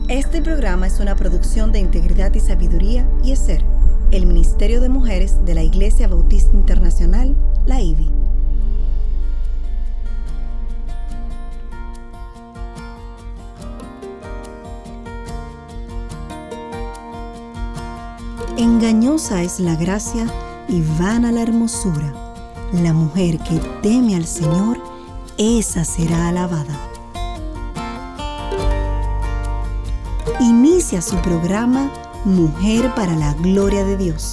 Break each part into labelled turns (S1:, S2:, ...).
S1: Este programa es una producción de Integridad y Sabiduría y ESER, el Ministerio de Mujeres de la Iglesia Bautista Internacional, la IBI. Engañosa es la gracia y vana la hermosura. La mujer que teme al Señor, esa será alabada. Inicia su programa Mujer para la Gloria de Dios.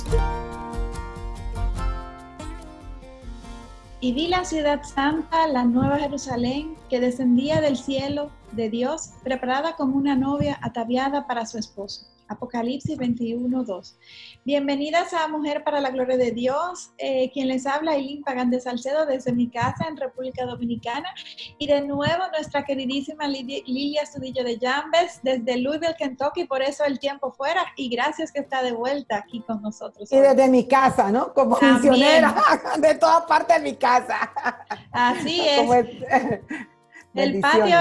S2: Y vi la ciudad santa, la nueva Jerusalén, que descendía del cielo de Dios, preparada como una novia ataviada para su esposo. Apocalipsis 21:2. Bienvenidas a Mujer para la Gloria de Dios. Quien les habla, Eileen Pagán de Salcedo, desde mi casa en República Dominicana. Y de nuevo nuestra queridísima Lilia Astudillo de Llambes, desde Louisville, Kentucky, por eso el tiempo fuera. Y gracias que está de vuelta aquí con nosotros.
S3: Y desde mi casa, ¿no? Como
S2: también,
S3: misionera, de toda parte de mi casa.
S2: Así es. El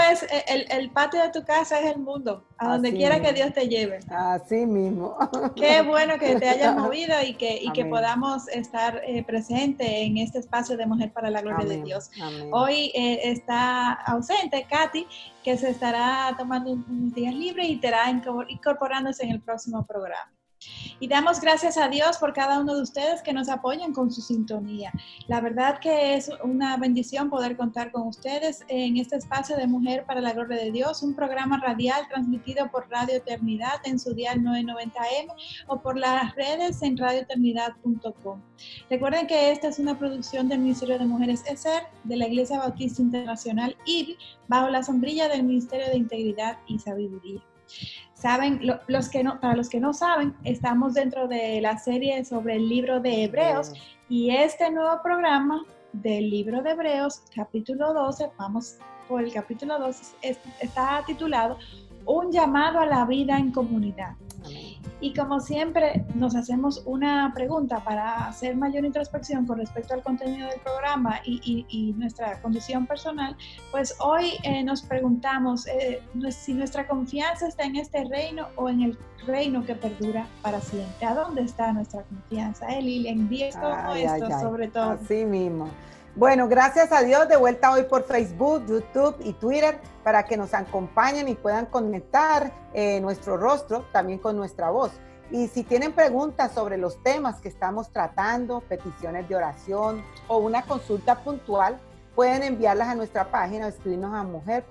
S2: patio de tu casa es el mundo, a donde quiera que Dios te lleve.
S3: Así mismo.
S2: Qué bueno que te hayas movido y que podamos estar presentes en este espacio de Mujer para la Gloria de Dios.
S3: Amén.
S2: Hoy está ausente Katy, que se estará tomando unos días libres y estará incorporándose en el próximo programa. Y damos gracias a Dios por cada uno de ustedes que nos apoyan con su sintonía. La verdad que es una bendición poder contar con ustedes en este espacio de Mujer para la Gloria de Dios, un programa radial transmitido por Radio Eternidad en su dial 990M o por las redes en radioeternidad.com. Recuerden que esta es una producción del Ministerio de Mujeres ESER de la Iglesia Bautista Internacional IBI, bajo la sombrilla del Ministerio de Integridad y Sabiduría. Saben, para los que no saben, estamos dentro de la serie sobre el libro de Hebreos y este nuevo programa del libro de Hebreos, capítulo 12, vamos por el capítulo 12, está titulado Un llamado a la vida en comunidad. Y como siempre nos hacemos una pregunta para hacer mayor introspección con respecto al contenido del programa y nuestra condición personal, pues hoy nos preguntamos si nuestra confianza está en este reino o en el reino que perdura para siempre. ¿A dónde está nuestra confianza? Lilia, en Dios sobre todo.
S3: Así mismo. Bueno, gracias a Dios, de vuelta hoy por Facebook, YouTube y Twitter para que nos acompañen y puedan conectar nuestro rostro también con nuestra voz. Y si tienen preguntas sobre los temas que estamos tratando, peticiones de oración o una consulta puntual, pueden enviarlas a nuestra página o escribirnos a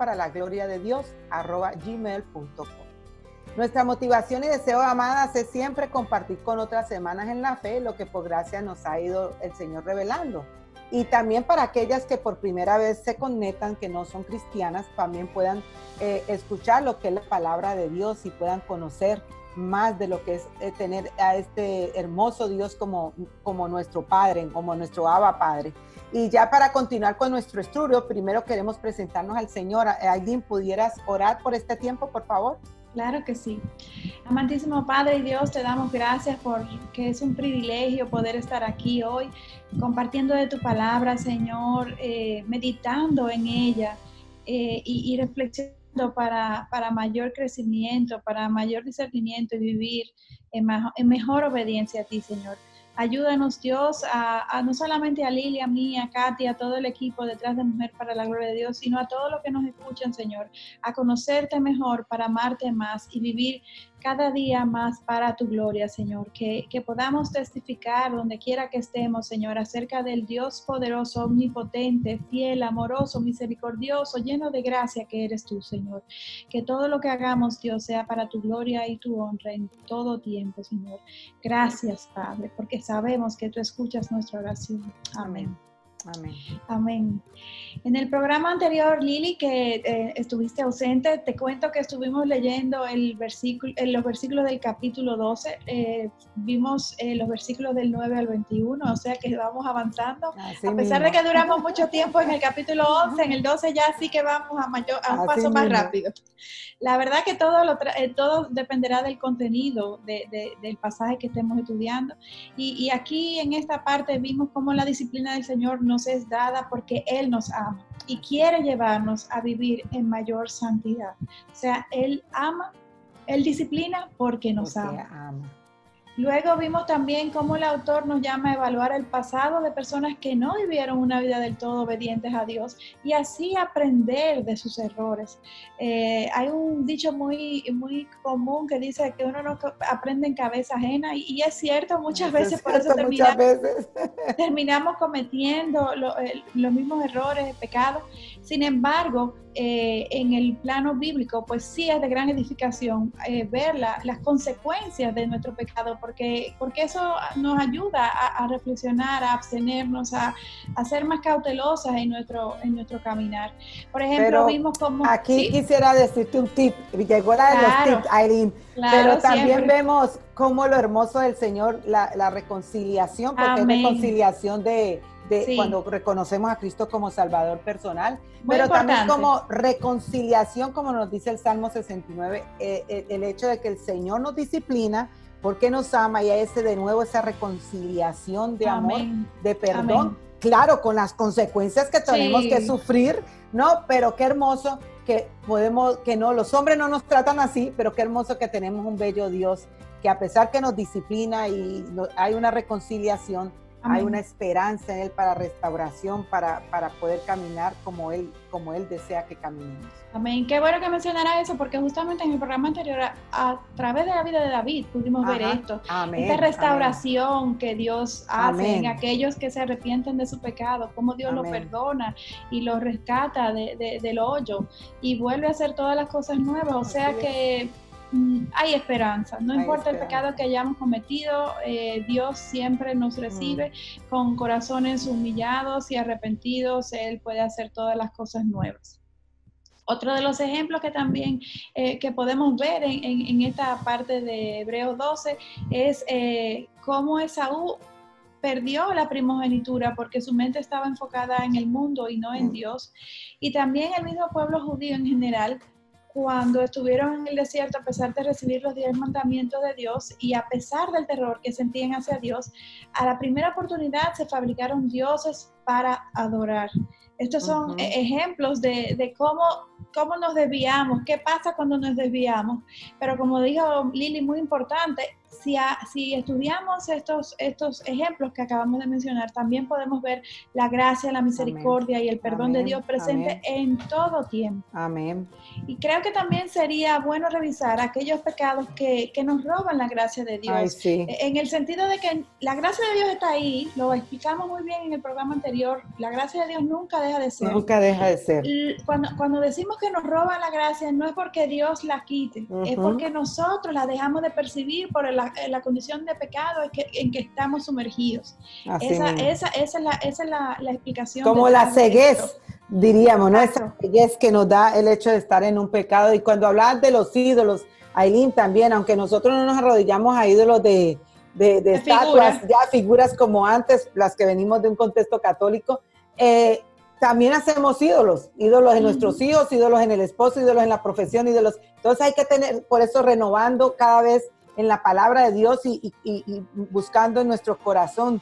S3: mujerparalagloriadedios@gmail.com. Nuestra motivación y deseo, amadas, es siempre compartir con otras hermanas en la fe lo que por gracia nos ha ido el Señor revelando. Y también para aquellas que por primera vez se conectan, que no son cristianas, también puedan escuchar lo que es la palabra de Dios y puedan conocer más de lo que es tener a este hermoso Dios como nuestro Padre, como nuestro Abba Padre. Y ya para continuar con nuestro estudio, primero queremos presentarnos al Señor. Aileen, ¿pudieras orar por este tiempo, por favor?
S2: Claro que sí. Amantísimo Padre y Dios, te damos gracias porque es un privilegio poder estar aquí hoy compartiendo de tu palabra, Señor, meditando en ella y reflexionando para mayor crecimiento, para mayor discernimiento y vivir en mejor obediencia a ti, Señor. Ayúdanos, Dios, a no solamente a Lili, a mí, a Katy, a todo el equipo detrás de Mujer para la Gloria de Dios, sino a todos los que nos escuchan, Señor, a conocerte mejor, para amarte más y vivir cada día más para tu gloria, Señor. Que podamos testificar donde quiera que estemos, Señor, acerca del Dios poderoso, omnipotente, fiel, amoroso, misericordioso, lleno de gracia que eres tú, Señor. Que todo lo que hagamos, Dios, sea para tu gloria y tu honra en todo tiempo, Señor. Gracias, Padre, porque sabemos que tú escuchas nuestra oración. Amén.
S3: Amén.
S2: Amén. En el programa anterior, Lili, que estuviste ausente, te cuento que estuvimos leyendo los versículos del capítulo 12. Vimos los versículos del 9 al 21, o sea que vamos avanzando. Así a pesar de que duramos mucho tiempo en el capítulo 11, en el 12 ya sí que vamos a un paso más rápido. La verdad que todo dependerá del contenido del pasaje que estemos estudiando. Y aquí en esta parte vimos cómo la disciplina del Señor nos es dada porque Él nos ama y quiere llevarnos a vivir en mayor santidad. O sea, Él ama Él disciplina porque nos ama. Luego vimos también cómo el autor nos llama a evaluar el pasado de personas que no vivieron una vida del todo obedientes a Dios y así aprender de sus errores. Hay un dicho muy común que dice que uno no aprende en cabeza ajena y es cierto muchas veces, por eso terminamos cometiendo los mismos errores, pecados. Sin embargo, en el plano bíblico, pues sí es de gran edificación ver las consecuencias de nuestro pecado, porque eso nos ayuda a reflexionar, a abstenernos, a ser más cautelosas en nuestro caminar. Por ejemplo, vimos como...
S3: Aquí quisiera decirte un tip, llegó la de los tips, Aileen, pero también siempre vemos cómo lo hermoso del Señor, la reconciliación, porque es reconciliación de cuando reconocemos a Cristo como Salvador personal, muy pero importante. También como reconciliación, como nos dice el Salmo 69, el hecho de que el Señor nos disciplina porque nos ama y es de nuevo esa reconciliación de amor, de perdón, claro, con las consecuencias que tenemos que sufrir, ¿no? Pero qué hermoso que los hombres no nos tratan así, pero qué hermoso que tenemos un bello Dios que a pesar que nos disciplina y hay una reconciliación, hay una esperanza en Él para restauración, para poder caminar como Él desea que caminemos.
S2: Amén. Qué bueno que mencionara eso, porque justamente en el programa anterior, a través de la vida de David, pudimos ver esto. Amén. Esta restauración que Dios hace en aquellos que se arrepienten de su pecado, cómo Dios lo perdona y lo rescata del hoyo y vuelve a hacer todas las cosas nuevas. O sea que hay esperanza, no importa el pecado que hayamos cometido, Dios siempre nos recibe con corazones humillados y arrepentidos. Él puede hacer todas las cosas nuevas. Otro de los ejemplos que también que podemos ver en esta parte de Hebreos 12 es cómo Esaú perdió la primogenitura porque su mente estaba enfocada en el mundo y no en Dios. Y también el mismo pueblo judío en general, cuando estuvieron en el desierto, a pesar de recibir los 10 mandamientos de Dios y a pesar del terror que sentían hacia Dios, a la primera oportunidad se fabricaron dioses para adorar. Estos son ejemplos de cómo nos desviamos, qué pasa cuando nos desviamos. Pero como dijo Lili, muy importante, si estudiamos estos ejemplos que acabamos de mencionar, también podemos ver la gracia, la misericordia y el perdón de Dios presente en todo tiempo.
S3: Amén.
S2: Y creo que también sería bueno revisar aquellos pecados que nos roban la gracia de Dios.
S3: Ay, sí.
S2: En el sentido de que la gracia de Dios está ahí, lo explicamos muy bien en el programa anterior, la gracia de Dios nunca deja de ser.
S3: Nunca deja de ser.
S2: Cuando decimos que nos roban la gracia, no es porque Dios la quite, es porque nosotros la dejamos de percibir por la condición de pecado en que estamos sumergidos. Esa es la explicación.
S3: Como la ceguez, diríamos, ¿no? Esa ceguez que nos da el hecho de estar en un pecado. Y cuando hablabas de los ídolos, Aileen, también, aunque nosotros no nos arrodillamos a ídolos de estatuas, ya figuras como antes, las que venimos de un contexto católico, también hacemos ídolos en nuestros hijos, ídolos en el esposo, ídolos en la profesión, ídolos. Entonces hay que tener, por eso renovando cada vez en la palabra de Dios y buscando en nuestro corazón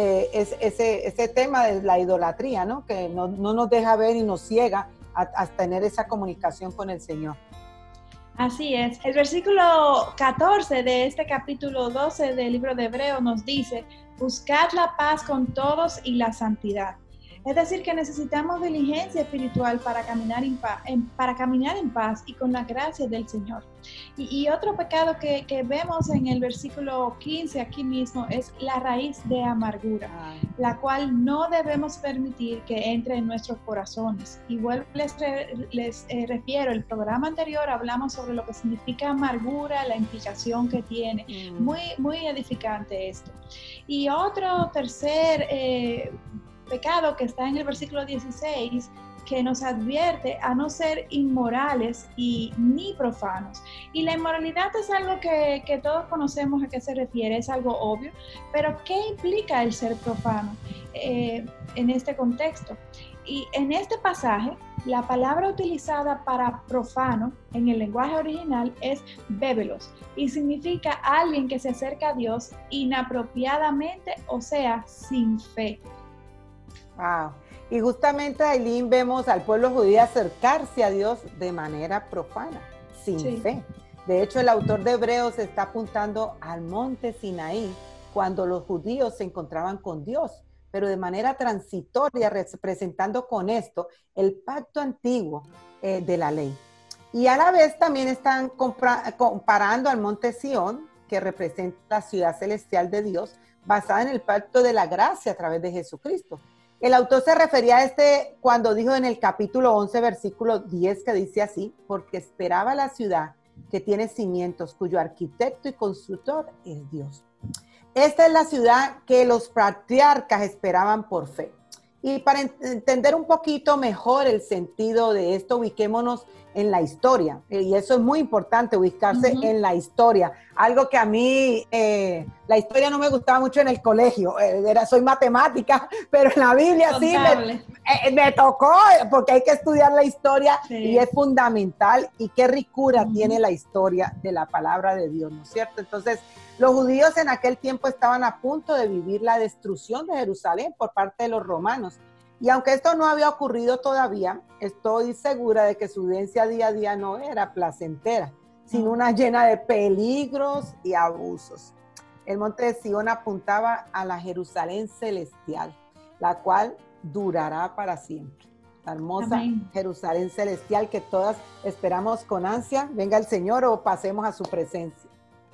S3: ese tema de la idolatría, ¿no? Que no nos deja ver y nos ciega a tener esa comunicación con el Señor.
S2: Así es. El versículo 14 de este capítulo 12 del libro de Hebreos nos dice: buscad la paz con todos y la santidad. Es decir, que necesitamos diligencia espiritual para caminar en paz y con la gracia del Señor. Y otro pecado que vemos en el versículo 15 aquí mismo es la raíz de amargura, la cual no debemos permitir que entre en nuestros corazones. Igual les refiero, el programa anterior hablamos sobre lo que significa amargura, la implicación que tiene. Muy, muy edificante esto. Y otro tercer pecado que está en el versículo 16, que nos advierte a no ser inmorales ni profanos. Y la inmoralidad es algo que todos conocemos a qué se refiere, es algo obvio, pero ¿qué implica el ser profano en este contexto? Y en este pasaje, la palabra utilizada para profano en el lenguaje original es bébelos y significa alguien que se acerca a Dios inapropiadamente, o sea, sin fe.
S3: Wow. Y justamente, Aileen, vemos al pueblo judío acercarse a Dios de manera profana, sin fe. De hecho, el autor de Hebreos está apuntando al monte Sinaí cuando los judíos se encontraban con Dios, pero de manera transitoria, representando con esto el pacto antiguo de la ley. Y a la vez también están comparando al monte Sión, que representa la ciudad celestial de Dios, basada en el pacto de la gracia a través de Jesucristo. El autor se refería a cuando dijo en el capítulo 11, versículo 10, que dice así: porque esperaba la ciudad que tiene cimientos, cuyo arquitecto y constructor es Dios. Esta es la ciudad que los patriarcas esperaban por fe. Y para entender un poquito mejor el sentido de esto, ubiquémonos en la historia. Y eso es muy importante, ubicarse en la historia. Algo que a mí, la historia no me gustaba mucho en el colegio. Soy matemática, pero en la Biblia sí me tocó, porque hay que estudiar la historia, sí. Y es fundamental. Y qué ricura tiene la historia de la palabra de Dios, ¿no es cierto? Entonces, los judíos en aquel tiempo estaban a punto de vivir la destrucción de Jerusalén por parte de los romanos. Y aunque esto no había ocurrido todavía, estoy segura de que su vivencia día a día no era placentera, sino una llena de peligros y abusos. El monte de Sión apuntaba a la Jerusalén celestial, la cual durará para siempre. La hermosa Amén. Jerusalén celestial que todas esperamos con ansia. Venga el Señor o pasemos a su presencia.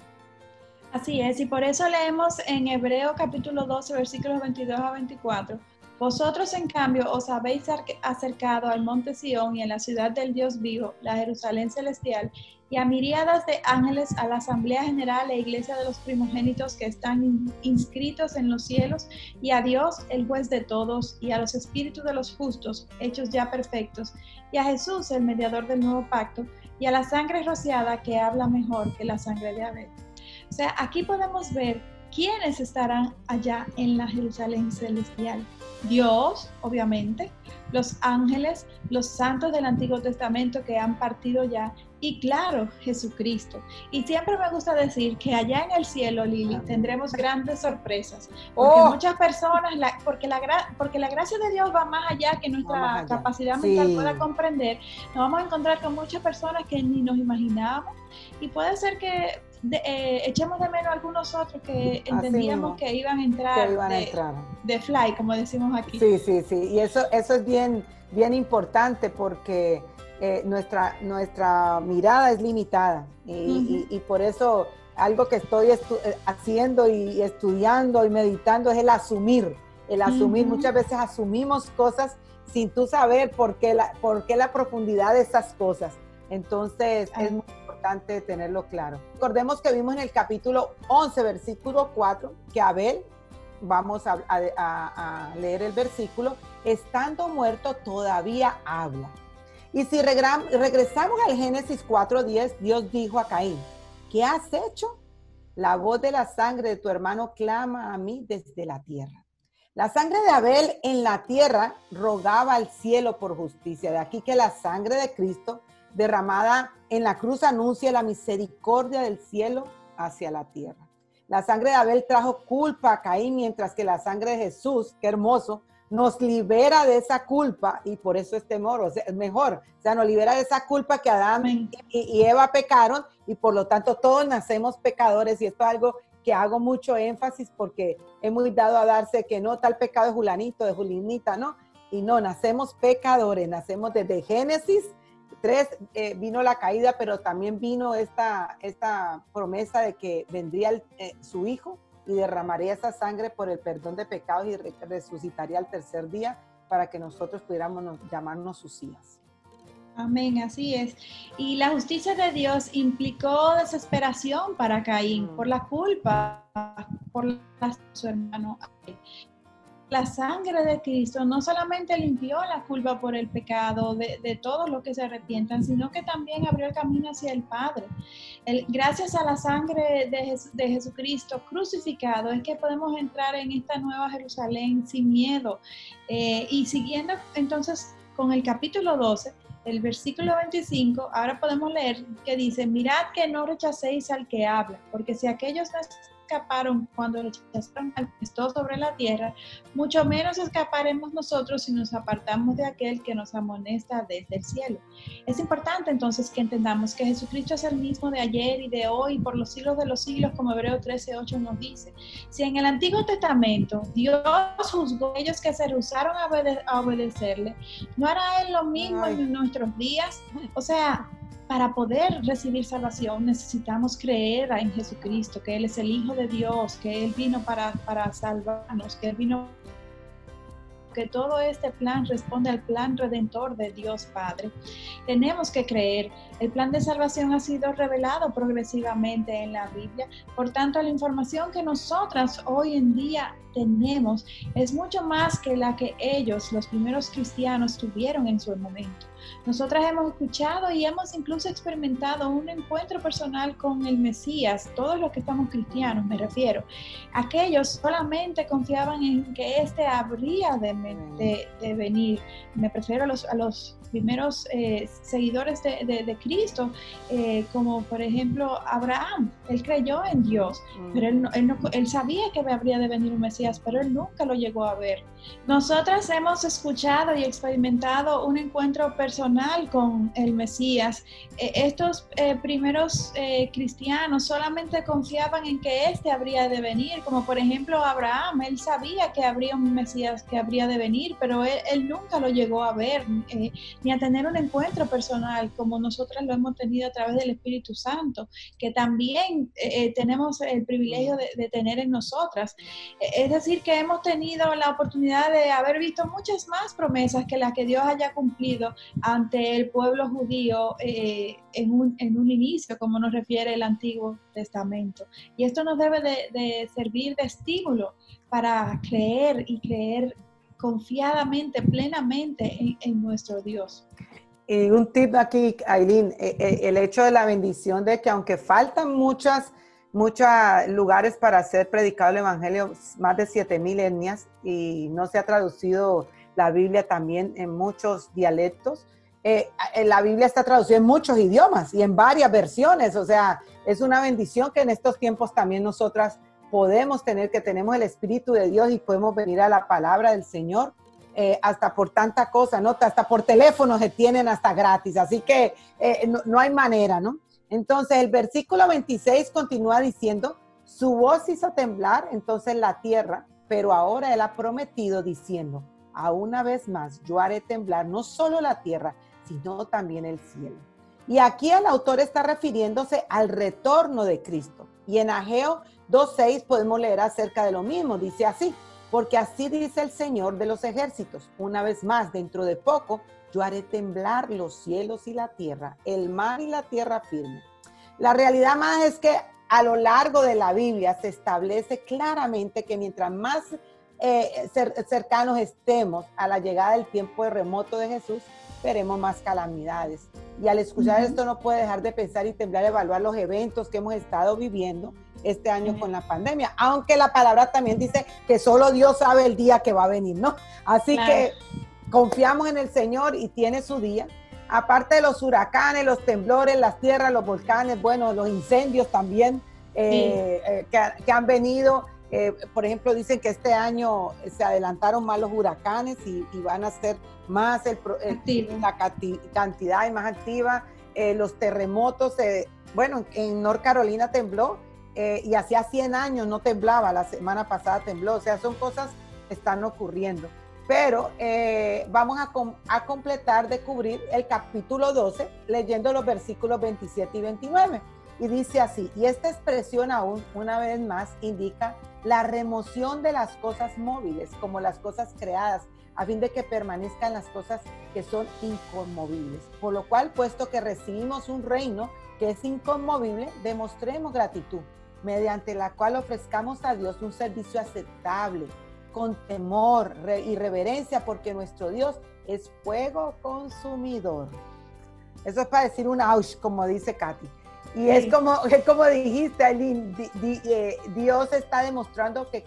S2: Así es, y por eso leemos en Hebreos capítulo 12, versículos 22 a 24. Vosotros, en cambio, os habéis acercado al monte Sión y a la ciudad del Dios vivo, la Jerusalén celestial, y a miríadas de ángeles, a la asamblea general e iglesia de los primogénitos que están inscritos en los cielos, y a Dios, el juez de todos, y a los espíritus de los justos, hechos ya perfectos, y a Jesús, el mediador del nuevo pacto, y a la sangre rociada que habla mejor que la sangre de Abel. O sea, aquí podemos ver quiénes estarán allá en la Jerusalén celestial. Dios, obviamente, los ángeles, los santos del Antiguo Testamento que han partido ya, y claro, Jesucristo. Y siempre me gusta decir que allá en el cielo, Lili, tendremos grandes sorpresas, porque muchas personas, porque la gracia de Dios va más allá que nuestra capacidad mental pueda comprender. Nos vamos a encontrar con muchas personas que ni nos imaginábamos, y puede ser que echemos de menos a algunos otros que entendíamos que iban a entrar, de fly, como decimos aquí.
S3: Sí, y eso es bien importante, porque nuestra mirada es limitada, y por eso algo que estoy haciendo y estudiando y meditando es el asumir. Muchas veces asumimos cosas sin tú saber por qué la profundidad de esas cosas. Entonces es muy importante tenerlo claro. Recordemos que vimos en el capítulo 11, versículo 4, que Abel, vamos a leer el versículo, estando muerto todavía habla. Y si regresamos al Génesis 4:10, Dios dijo a Caín: ¿qué has hecho? La voz de la sangre de tu hermano clama a mí desde la tierra. La sangre de Abel en la tierra rogaba al cielo por justicia. De aquí que la sangre de Cristo derramada en la cruz anuncia la misericordia del cielo hacia la tierra. La sangre de Abel trajo culpa a Caín, mientras que la sangre de Jesús, qué hermoso, nos libera de esa culpa, y por eso es temor, es mejor. O sea, nos libera de esa culpa que Adán y Eva pecaron, y por lo tanto todos nacemos pecadores, y esto es algo que hago mucho énfasis, porque es muy dado a darse que no, tal pecado de Julanito, de Julinita, ¿no? Y no, nacemos pecadores, nacemos desde Génesis 3, vino la caída, pero también vino esta promesa de que vendría su Hijo y derramaría esa sangre por el perdón de pecados y resucitaría al tercer día para que nosotros pudiéramos llamarnos sus hijas.
S2: Amén, así es. Y la justicia de Dios implicó desesperación para Caín por la culpa, por su hermano Abel. La sangre de Cristo no solamente limpió la culpa por el pecado de todos los que se arrepientan, sino que también abrió el camino hacia el Padre. Gracias a la sangre de Jesucristo crucificado es que podemos entrar en esta nueva Jerusalén sin miedo. Y siguiendo entonces con el capítulo 12, el versículo 25, ahora podemos leer que dice: mirad que no rechacéis al que habla, porque si aquellos escaparon cuando rechazaron al Cristo sobre la tierra, mucho menos escaparemos nosotros si nos apartamos de aquel que nos amonesta desde el cielo. Es importante entonces que entendamos que Jesucristo es el mismo de ayer y de hoy, por los siglos de los siglos, como Hebreos 13:8 nos dice. Si en el Antiguo Testamento Dios juzgó a ellos que se rehusaron a obedecerle, ¿no hará Él lo mismo en nuestros días? O sea, para poder recibir salvación necesitamos creer en Jesucristo, que Él es el Hijo de Dios, que Él vino para salvarnos, que Él vino, que todo este plan responde al plan redentor de Dios Padre. Tenemos que creer. El plan de salvación ha sido revelado progresivamente en la Biblia. Por tanto, la información que nosotras hoy en día tenemos es mucho más que la que ellos, los primeros cristianos, tuvieron en su momento. Nosotras hemos escuchado y hemos incluso experimentado un encuentro personal con el Mesías, todos los que estamos cristianos me refiero. Aquellos solamente confiaban en que éste habría de venir. Me refiero a los primeros seguidores de Cristo, como por ejemplo Abraham. Él creyó en Dios, pero él sabía que habría de venir un Mesías, pero él nunca lo llegó a ver. Nosotras hemos escuchado y experimentado un encuentro personal con el Mesías. Estos primeros cristianos solamente confiaban en que éste habría de venir, como por ejemplo Abraham. Él sabía que habría un Mesías que habría de venir, pero él nunca lo llegó a ver, ni a tener un encuentro personal como nosotras lo hemos tenido a través del Espíritu Santo, que también tenemos el privilegio de tener en nosotras. Es decir, que hemos tenido la oportunidad de haber visto muchas más promesas que las que Dios haya cumplido ante el pueblo judío en un inicio, como nos refiere el Antiguo Testamento. Y esto nos debe de servir de estímulo para creer y creer confiadamente, plenamente en nuestro Dios.
S3: Y un tip aquí, Aileen, el hecho de la bendición de que aunque faltan muchos lugares para ser predicado el Evangelio, más de 7,000 etnias, y no se ha traducido la Biblia también en muchos dialectos. La Biblia está traducida en muchos idiomas y en varias versiones, o sea, es una bendición que en estos tiempos también nosotras podemos tener, que tenemos el Espíritu de Dios y podemos venir a la palabra del Señor, hasta por tanta cosa, ¿no? Hasta por teléfono se tienen hasta gratis, así que no hay manera, ¿no? Entonces el versículo 26 continúa diciendo, su voz hizo temblar entonces la tierra, pero ahora Él ha prometido diciendo, a una vez más yo haré temblar no solo la tierra, sino también el cielo. Y aquí el autor está refiriéndose al retorno de Cristo. Y en Ageo 2:6 podemos leer acerca de lo mismo, dice así, porque así dice el Señor de los ejércitos, una vez más, dentro de poco, yo haré temblar los cielos y la tierra, el mar y la tierra firme. La realidad más es que a lo largo de la Biblia se establece claramente que mientras más cercanos estemos a la llegada del tiempo de remoto de Jesús, veremos más calamidades. Y al escuchar esto no puede dejar de pensar y temblar, evaluar los eventos que hemos estado viviendo este año con la pandemia, aunque la palabra también dice que solo Dios sabe el día que va a venir, ¿no? Así que confiamos en el Señor y tiene su día. Aparte de los huracanes, los temblores, las tierras, los volcanes, bueno, los incendios también que han venido. Por ejemplo, dicen que este año se adelantaron más los huracanes y van a ser más la cantidad y más activa. Los terremotos, bueno, en North Carolina tembló y hacía 100 años no temblaba, la semana pasada tembló, o sea, son cosas que están ocurriendo. Pero vamos a completar de cubrir el capítulo 12 leyendo los versículos 27 y 29. Y dice así, y esta expresión aún una vez más indica la remoción de las cosas móviles como las cosas creadas, a fin de que permanezcan las cosas que son inconmovibles. Por lo cual, puesto que recibimos un reino que es inconmovible, demostremos gratitud, mediante la cual ofrezcamos a Dios un servicio aceptable, con temor y reverencia, porque nuestro Dios es fuego consumidor. Eso es para decir un ouch, como dice Katy. Y sí. es como dijiste, Aileen, Dios está demostrando que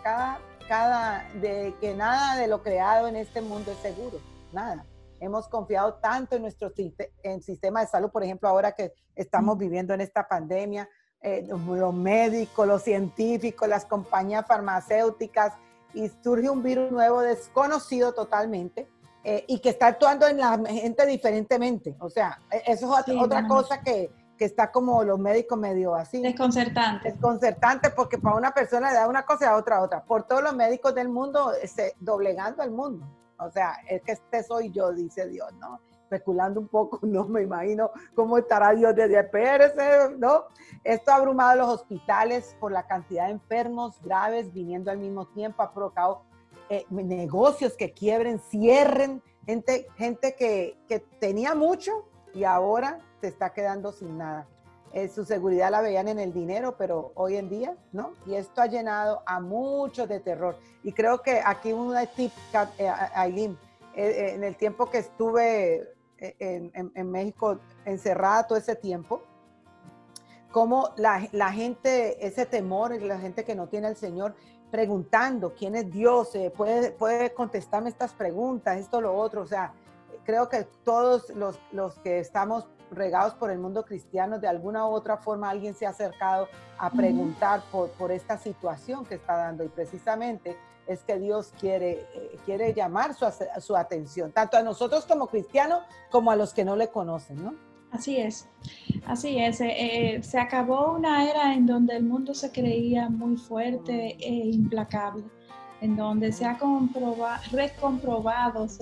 S3: que nada de lo creado en este mundo es seguro, nada. Hemos confiado tanto en nuestro sistema de salud, por ejemplo, ahora que estamos viviendo en esta pandemia, los médicos, los científicos, las compañías farmacéuticas, y surge un virus nuevo desconocido totalmente, y que está actuando en la gente diferentemente. O sea, eso es otra cosa que está como los médicos medio así.
S2: Desconcertante.
S3: Desconcertante, porque para una persona le da una cosa y a otra. Por todos los médicos del mundo, doblegando al mundo. O sea, es que este soy yo, dice Dios, ¿no? Especulando un poco, no me imagino cómo estará Dios desde espérese, ¿no? Esto ha abrumado a los hospitales por la cantidad de enfermos graves viniendo al mismo tiempo, ha provocado negocios que quiebren, cierren, gente que tenía mucho y ahora se está quedando sin nada. Su seguridad la veían en el dinero, pero hoy en día, ¿no? Y esto ha llenado a muchos de terror. Y creo que aquí una tip, Aileen, en el tiempo que estuve en México encerrada todo ese tiempo, como la gente, ese temor, la gente que no tiene al Señor, preguntando quién es Dios, puede contestarme estas preguntas, esto, lo otro. O sea, creo que todos los que estamos regados por el mundo cristiano, de alguna u otra forma alguien se ha acercado a preguntar por esta situación que está dando, y precisamente es que Dios quiere llamar su atención, tanto a nosotros como cristianos, como a los que no le conocen, ¿no?
S2: Así es, así es. Se acabó una era en donde el mundo se creía muy fuerte e implacable, en donde se ha recomprobado,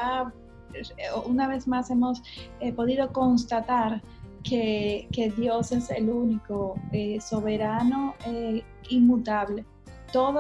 S2: una vez más hemos podido constatar que Dios es el único soberano, inmutable. Todo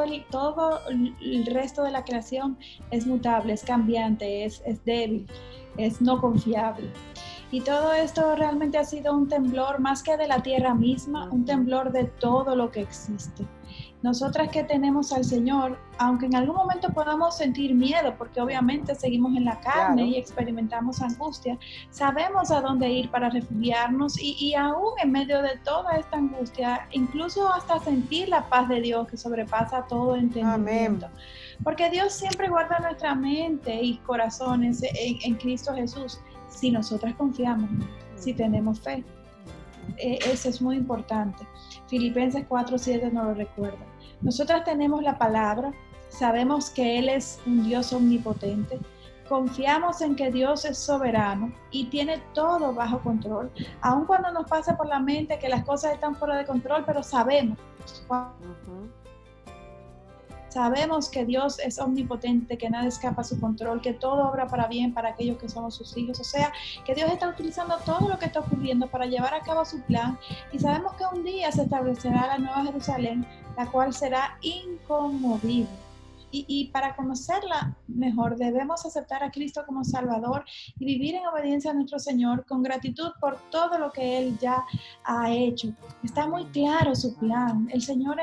S2: el resto de la creación es mutable, es cambiante, es débil, es no confiable. Y todo esto realmente ha sido un temblor más que de la tierra misma, un temblor de todo lo que existe. Nosotras que tenemos al Señor, aunque en algún momento podamos sentir miedo, porque obviamente seguimos en la carne, claro, y experimentamos angustia, sabemos a dónde ir para refugiarnos y aún en medio de toda esta angustia, incluso hasta sentir la paz de Dios que sobrepasa todo entendimiento. Amén. Porque Dios siempre guarda nuestra mente y corazones en Cristo Jesús, si nosotras confiamos, si tenemos fe. Eso es muy importante. Filipenses 4:7 nos lo recuerda. Nosotras tenemos la palabra, sabemos que Él es un Dios omnipotente, confiamos en que Dios es soberano y tiene todo bajo control, aun cuando nos pasa por la mente que las cosas están fuera de control, pero sabemos. Sabemos que Dios es omnipotente, que nada escapa a su control, que todo obra para bien para aquellos que somos sus hijos. O sea, que Dios está utilizando todo lo que está ocurriendo para llevar a cabo su plan. Y sabemos que un día se establecerá la Nueva Jerusalén, la cual será inconmovible. Y para conocerla mejor debemos aceptar a Cristo como Salvador y vivir en obediencia a nuestro Señor con gratitud por todo lo que Él ya ha hecho. Está muy claro su plan. El Señor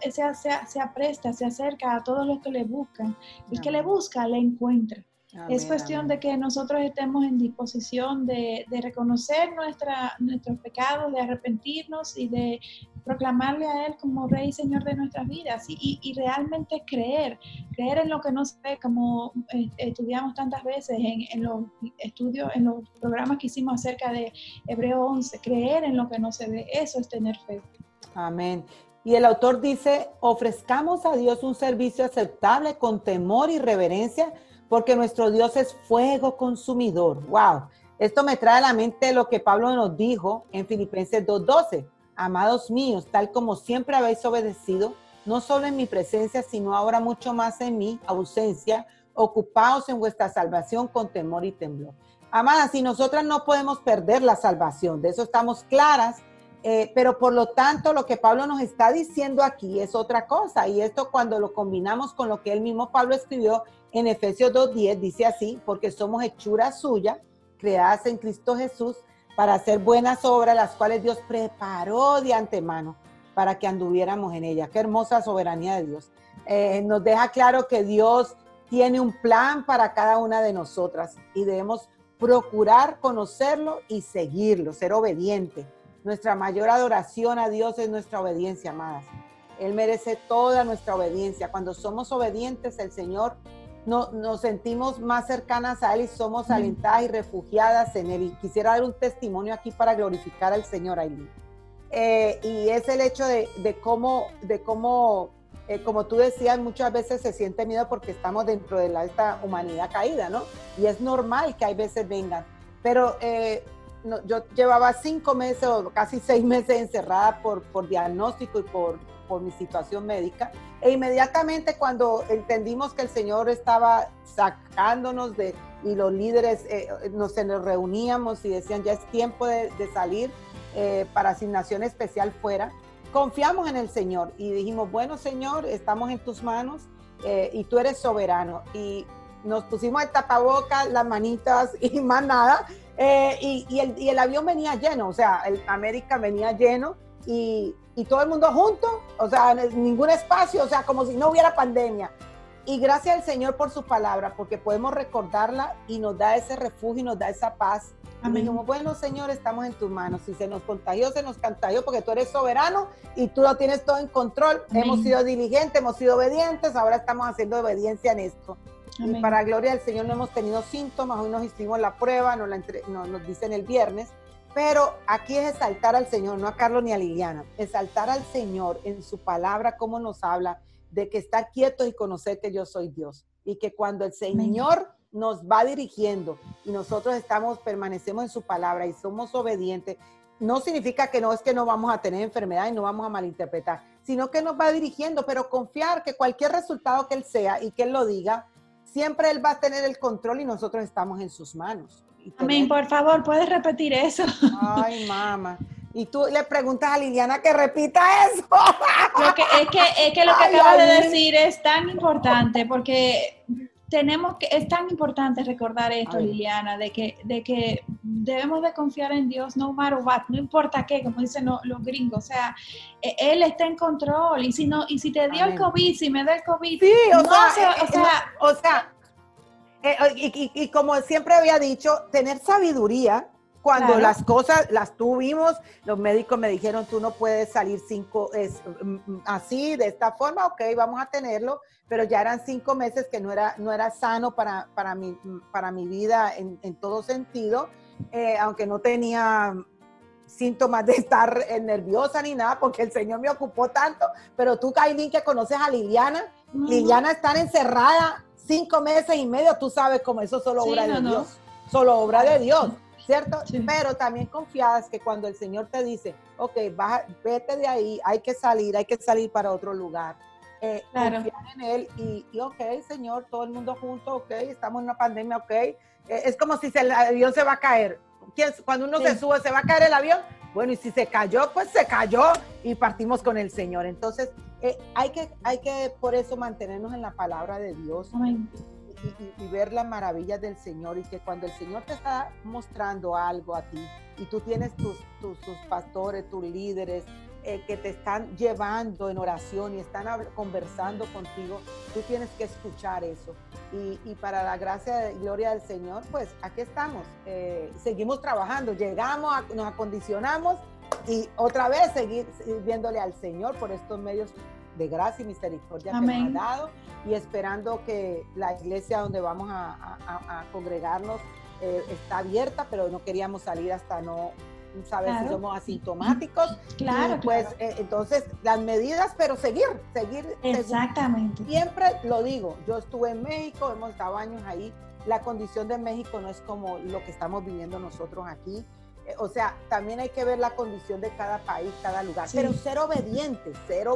S2: se apresta, se acerca a todos los que le buscan. El que le busca, le encuentra. Amén, es cuestión de que nosotros estemos en disposición de reconocer nuestros pecados, de arrepentirnos y de proclamarle a Él como Rey y Señor de nuestras vidas y realmente creer en lo que no se ve, como estudiamos tantas veces en los estudios, en los programas que hicimos acerca de Hebreo 11, creer en lo que no se ve, eso es tener fe.
S3: Amén. Y el autor dice, ofrezcamos a Dios un servicio aceptable con temor y reverencia, porque nuestro Dios es fuego consumidor. ¡Wow! Esto me trae a la mente lo que Pablo nos dijo en Filipenses 2:12. Amados míos, tal como siempre habéis obedecido, no solo en mi presencia, sino ahora mucho más en mi ausencia, ocupaos en vuestra salvación con temor y temblor. Amadas, y nosotras no podemos perder la salvación, de eso estamos claras, pero por lo tanto lo que Pablo nos está diciendo aquí es otra cosa, y esto cuando lo combinamos con lo que él mismo Pablo escribió en Efesios 2:10, dice así, porque somos hechura suya, creadas en Cristo Jesús, para hacer buenas obras, las cuales Dios preparó de antemano para que anduviéramos en ellas. Qué hermosa soberanía de Dios. Nos deja claro que Dios tiene un plan para cada una de nosotras y debemos procurar conocerlo y seguirlo, ser obediente. Nuestra mayor adoración a Dios es nuestra obediencia, amadas. Él merece toda nuestra obediencia. Cuando somos obedientes, el Señor nos sentimos más cercanas a Él y somos alentadas y refugiadas en Él. Y quisiera dar un testimonio aquí para glorificar al Señor, Aileen. y es el hecho de cómo como tú decías, muchas veces se siente miedo porque estamos dentro de esta humanidad caída, ¿no? Y es normal que hay veces vengan. Pero no, yo llevaba 5 meses o casi 6 meses encerrada por diagnóstico y por mi situación médica. E inmediatamente cuando entendimos que el Señor estaba sacándonos y los líderes nos reuníamos y decían, ya es tiempo de salir para asignación especial fuera, confiamos en el Señor y dijimos, bueno, Señor, estamos en tus manos y tú eres soberano. Y nos pusimos el tapabocas, las manitas y más nada. Y el avión venía lleno, o sea, el América venía lleno y todo el mundo junto, o sea, ningún espacio, o sea, como si no hubiera pandemia. Y gracias al Señor por su palabra, porque podemos recordarla y nos da ese refugio y nos da esa paz. Amén. Y dijimos, bueno, Señor, estamos en tus manos. Si se nos contagió, porque tú eres soberano y tú lo tienes todo en control. Amén. Hemos sido diligentes, hemos sido obedientes, ahora estamos haciendo obediencia en esto. Amén. Y para gloria del Señor no hemos tenido síntomas. Hoy nos hicimos la prueba, nos dicen el viernes. Pero aquí es exaltar al Señor, no a Carlos ni a Liliana. Exaltar al Señor en su palabra, cómo nos habla, de que estar quietos y conocer que yo soy Dios. Y que cuando el Señor nos va dirigiendo y nosotros permanecemos en su palabra y somos obedientes, no significa que no es que no vamos a tener enfermedad y no vamos a malinterpretar, sino que nos va dirigiendo, pero confiar que cualquier resultado que Él sea y que Él lo diga, siempre Él va a tener el control y nosotros estamos en sus manos.
S2: Amén, por favor, ¿puedes repetir eso?
S3: Ay, mamá. Y tú le preguntas a Liliana que repita eso.
S2: Es que lo que acabas de decir es tan importante porque es tan importante recordar esto, Liliana, de que debemos de confiar en Dios no matter what, no importa qué, como dicen los gringos, o sea, Él está en control y si te dio el COVID, si me da el COVID,
S3: sí, y como siempre había dicho, tener sabiduría cuando las cosas las tuvimos, los médicos me dijeron, tú no puedes salir así, de esta forma, ok, vamos a tenerlo, pero ya eran 5 meses que no era sano para mi vida en todo sentido, aunque no tenía síntomas de estar nerviosa ni nada, porque el Señor me ocupó tanto, pero tú, Kailin, que conoces a Liliana, Liliana está encerrada 5 meses y medio, tú sabes cómo eso solo obra de Dios, solo obra de Dios, ¿cierto? Sí. Pero también confiadas que cuando el Señor te dice, ok, vete de ahí, hay que salir para otro lugar, confiar en Él y ok, Señor, todo el mundo junto, ok, estamos en una pandemia, ok, es como si el avión se va a caer, cuando uno se sube, ¿se va a caer el avión? Bueno, y si se cayó, pues se cayó y partimos con el Señor. Entonces, hay que por eso mantenernos en la palabra de Dios y ver las maravillas del Señor, y que cuando el Señor te está mostrando algo a ti y tú tienes tus pastores, tus líderes que te están llevando en oración y están conversando contigo, tú tienes que escuchar eso. Y para la gracia y gloria del Señor, pues aquí estamos, seguimos trabajando, nos acondicionamos y otra vez seguir sirviéndole al Señor por estos medios de gracia y misericordia que nos ha dado, y esperando que la iglesia donde vamos a congregarnos está abierta, pero no queríamos salir hasta no saber si somos asintomáticos.
S2: Claro,
S3: pues entonces las medidas, pero seguir.
S2: Exactamente.
S3: Siempre lo digo, yo estuve en México, hemos estado años ahí, la condición de México no es como lo que estamos viviendo nosotros aquí. O sea, también hay que ver la condición de cada país, cada lugar, pero ser obediente.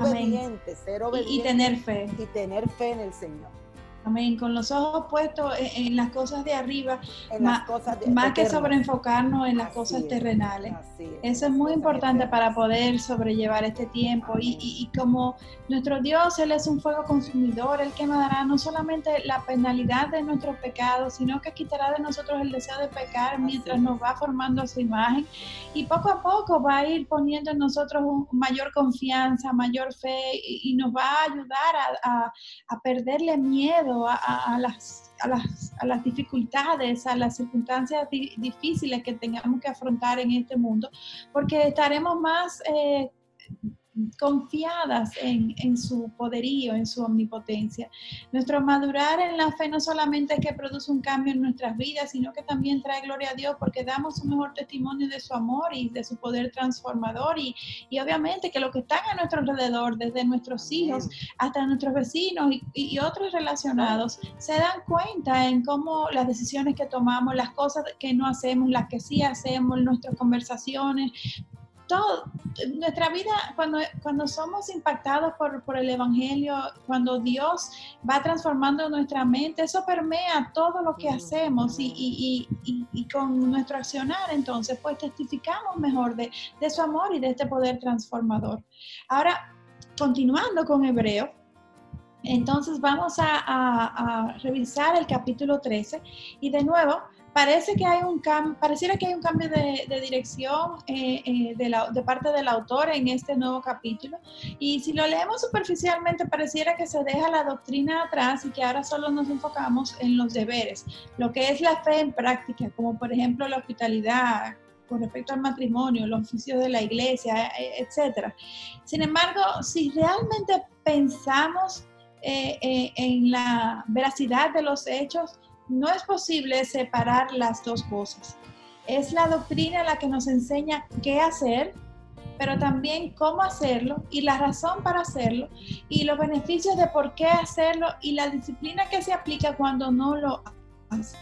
S2: Y tener fe.
S3: Y tener fe en el Señor.
S2: Amén, con los ojos puestos en las cosas de arriba,
S3: más
S2: que sobreenfocarnos en las cosas terrenales. Eso es muy importante para poder sobrellevar este tiempo. Y como nuestro Dios, Él es un fuego consumidor, Él que nos dará no solamente la penalidad de nuestros pecados, sino que quitará de nosotros el deseo de pecar mientras nos va formando a su imagen, y poco a poco va a ir poniendo en nosotros mayor confianza, mayor fe, y nos va a ayudar a perderle miedo a las dificultades, a las circunstancias difíciles que tengamos que afrontar en este mundo, porque estaremos más confiadas en su poderío, en su omnipotencia. Nuestro madurar en la fe no solamente es que produce un cambio en nuestras vidas, sino que también trae gloria a Dios porque damos un mejor testimonio de su amor y de su poder transformador y obviamente que los que están a nuestro alrededor, desde nuestros hijos hasta nuestros vecinos y otros relacionados, se dan cuenta en cómo las decisiones que tomamos, las cosas que no hacemos, las que sí hacemos, nuestras conversaciones, todo, nuestra vida, cuando somos impactados por el Evangelio, cuando Dios va transformando nuestra mente, eso permea todo lo que hacemos y con nuestro accionar, entonces, pues testificamos mejor de su amor y de este poder transformador. Ahora, continuando con Hebreo, entonces vamos a revisar el capítulo 13 y de nuevo, pareciera que hay un cambio de dirección de parte del autor en este nuevo capítulo. Y si lo leemos superficialmente, pareciera que se deja la doctrina atrás y que ahora solo nos enfocamos en los deberes, lo que es la fe en práctica, como por ejemplo la hospitalidad, con respecto al matrimonio, los oficios de la iglesia, etc. Sin embargo, si realmente pensamos en la veracidad de los hechos, no es posible separar las dos cosas. Es la doctrina la que nos enseña qué hacer, pero también cómo hacerlo y la razón para hacerlo y los beneficios de por qué hacerlo y la disciplina que se aplica cuando no lo haces.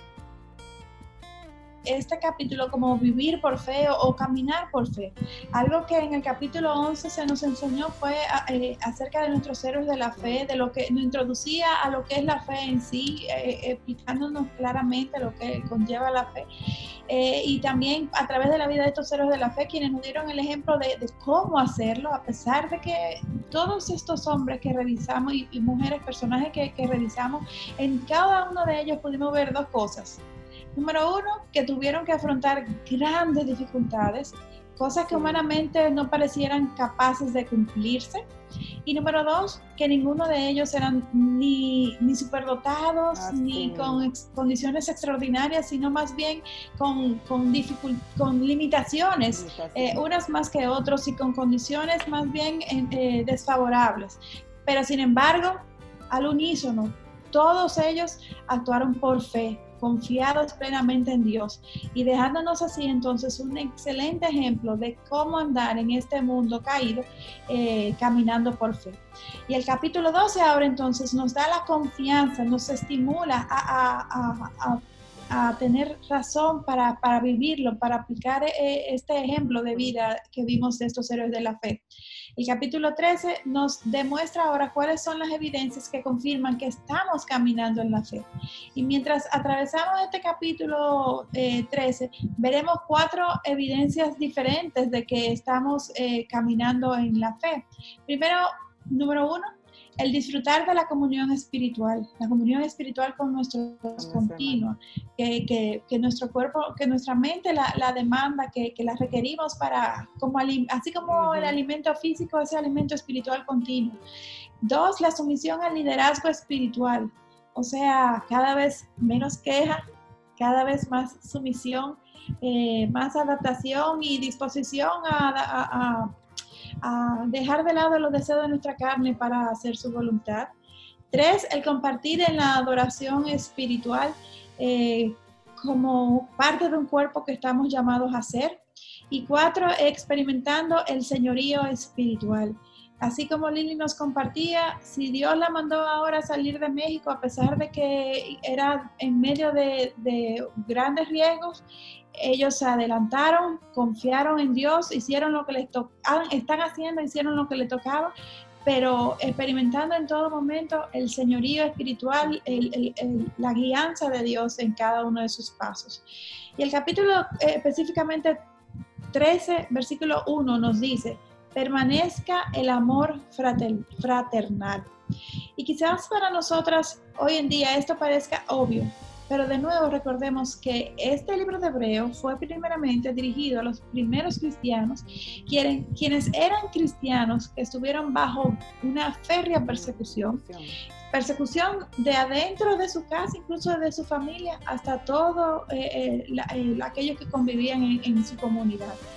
S2: Este capítulo como vivir por fe o caminar por fe. Algo que en el capítulo 11 se nos enseñó fue acerca de nuestros héroes de la fe, de lo que nos introducía a lo que es la fe en sí, explicándonos claramente lo que conlleva la fe. Y también a través de la vida de estos héroes de la fe, quienes nos dieron el ejemplo de cómo hacerlo, a pesar de que todos estos hombres que revisamos y mujeres, personajes que revisamos, en cada uno de ellos pudimos ver dos cosas. Número uno, que tuvieron que afrontar grandes dificultades, cosas que humanamente no parecieran capaces de cumplirse. Y número dos, que ninguno de ellos eran ni superdotados, ni con condiciones extraordinarias, sino más bien con limitaciones, unas más que otros y con condiciones más bien desfavorables. Pero sin embargo, al unísono, todos ellos actuaron por fe, confiados plenamente en Dios y dejándonos así entonces un excelente ejemplo de cómo andar en este mundo caído, caminando por fe. Y el capítulo 12 ahora entonces nos da la confianza, nos estimula a tener razón para vivirlo, para aplicar este ejemplo de vida que vimos de estos héroes de la fe. El capítulo 13 nos demuestra ahora cuáles son las evidencias que confirman que estamos caminando en la fe. Y mientras atravesamos este capítulo 13, veremos 4 evidencias diferentes de que estamos caminando en la fe. Primero, número 1, el disfrutar de la comunión espiritual con nuestro Dios continua, que nuestro cuerpo, que nuestra mente la demanda, que la requerimos para, así como el alimento físico, ese alimento espiritual continuo. 2, la sumisión al liderazgo espiritual, o sea, cada vez menos queja, cada vez más sumisión, más adaptación y disposición a dejar de lado los deseos de nuestra carne para hacer su voluntad. 3, el compartir en la adoración espiritual como parte de un cuerpo que estamos llamados a ser. Y 4, experimentando el señorío espiritual. Así como Lili nos compartía, si Dios la mandó ahora a salir de México, a pesar de que era en medio de grandes riesgos, ellos se adelantaron, confiaron en Dios, hicieron lo que les hicieron lo que les tocaba, pero experimentando en todo momento el señorío espiritual, la guianza de Dios en cada uno de sus pasos. Y el capítulo específicamente 13, versículo 1 nos dice: permanezca el amor fraternal. Y quizás para nosotras hoy en día esto parezca obvio, pero de nuevo recordemos que este libro de Hebreo fue primeramente dirigido a los primeros cristianos, quienes eran cristianos que estuvieron bajo una férrea persecución de adentro de su casa, incluso de su familia, hasta todo aquellos que convivían en su comunidad.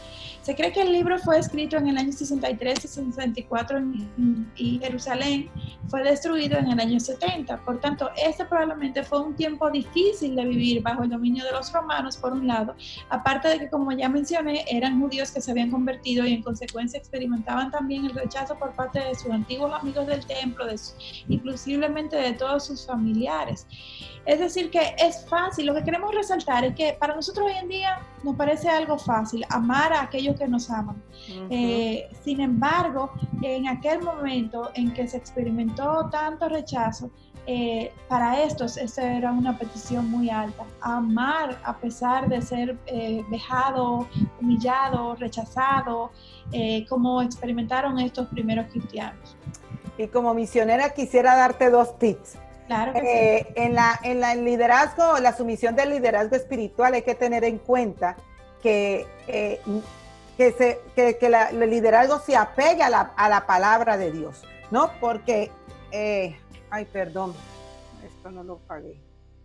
S2: Se cree que el libro fue escrito en el año 63 y 64 y Jerusalén fue destruido en el año 70. Por tanto, este probablemente fue un tiempo difícil de vivir bajo el dominio de los romanos, por un lado, aparte de que, como ya mencioné, eran judíos que se habían convertido y en consecuencia experimentaban también el rechazo por parte de sus antiguos amigos del templo, inclusivamente de todos sus familiares. Es decir, que es fácil. Lo que queremos resaltar es que para nosotros hoy en día nos parece algo fácil amar a aquellos que nos aman. Sin embargo, en aquel momento en que se experimentó tanto rechazo, para estos esa era una petición muy alta: amar a pesar de ser vejado, humillado, rechazado, como experimentaron estos primeros cristianos.
S3: Y como misionera quisiera darte 2 tips.
S2: Claro que sí.
S3: En el liderazgo, la sumisión del liderazgo espiritual, hay que tener en cuenta que el liderazgo se apegue a la palabra de Dios, ¿no? Porque, ay, perdón, esto no lo pagué.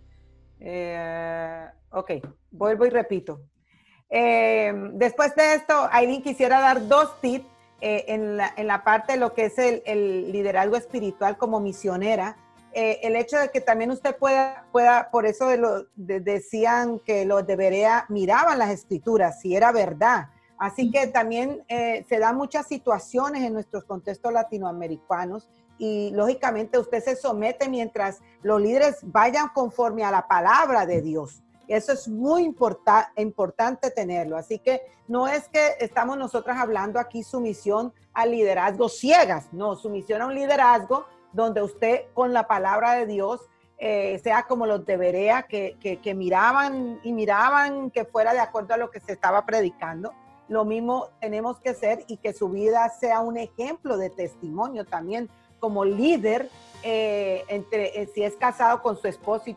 S3: Ok, vuelvo y repito. Después de esto, Aileen, quisiera dar 2 tips en la parte de lo que es el liderazgo espiritual como misionera. El hecho de que también usted pueda por eso decían que los de Berea miraban las escrituras, si era verdad. Así que también se dan muchas situaciones en nuestros contextos latinoamericanos y lógicamente usted se somete mientras los líderes vayan conforme a la palabra de Dios. Eso es muy importante tenerlo. Así que no es que estamos nosotras hablando aquí sumisión al liderazgo ciegas, no, sumisión a un liderazgo donde usted con la palabra de Dios sea como los de Berea que miraban que fuera de acuerdo a lo que se estaba predicando. Lo mismo tenemos que ser y que su vida sea un ejemplo de testimonio también como líder, si es casado con su esposo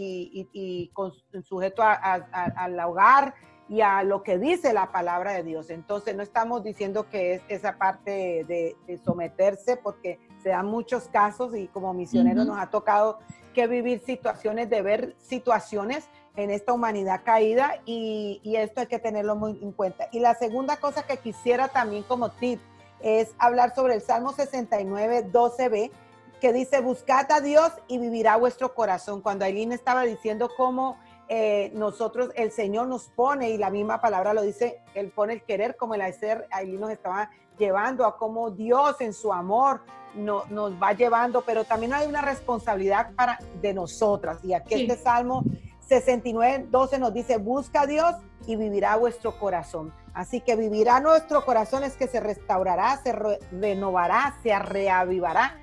S3: y sujeto al hogar y a lo que dice la palabra de Dios. Entonces no estamos diciendo que es esa parte de someterse, porque se dan muchos casos y como misioneros nos ha tocado que vivir situaciones, de ver situaciones en esta humanidad caída y esto hay que tenerlo muy en cuenta. Y la segunda cosa que quisiera también como tip es hablar sobre el Salmo 69, 12b, que dice: buscad a Dios y vivirá vuestro corazón. Cuando Aileen estaba diciendo cómo nosotros, el Señor nos pone, y la misma palabra lo dice, Él pone el querer como el hacer, Aileen nos estaba llevando a cómo Dios en su amor nos va llevando, pero también hay una responsabilidad de nosotras. Y aquí este Salmo 69, 12 nos dice: busca a Dios y vivirá vuestro corazón. Así que vivirá nuestro corazón, es que se restaurará, se renovará, se reavivará,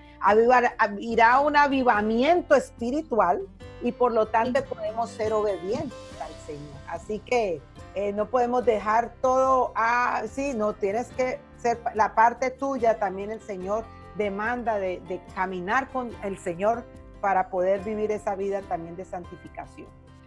S3: irá un avivamiento espiritual y por lo tanto podemos ser obedientes al Señor. Así que no podemos dejar todo así, no, tienes que ser la parte tuya. También el Señor demanda de caminar con el Señor para poder vivir esa vida también de santificación.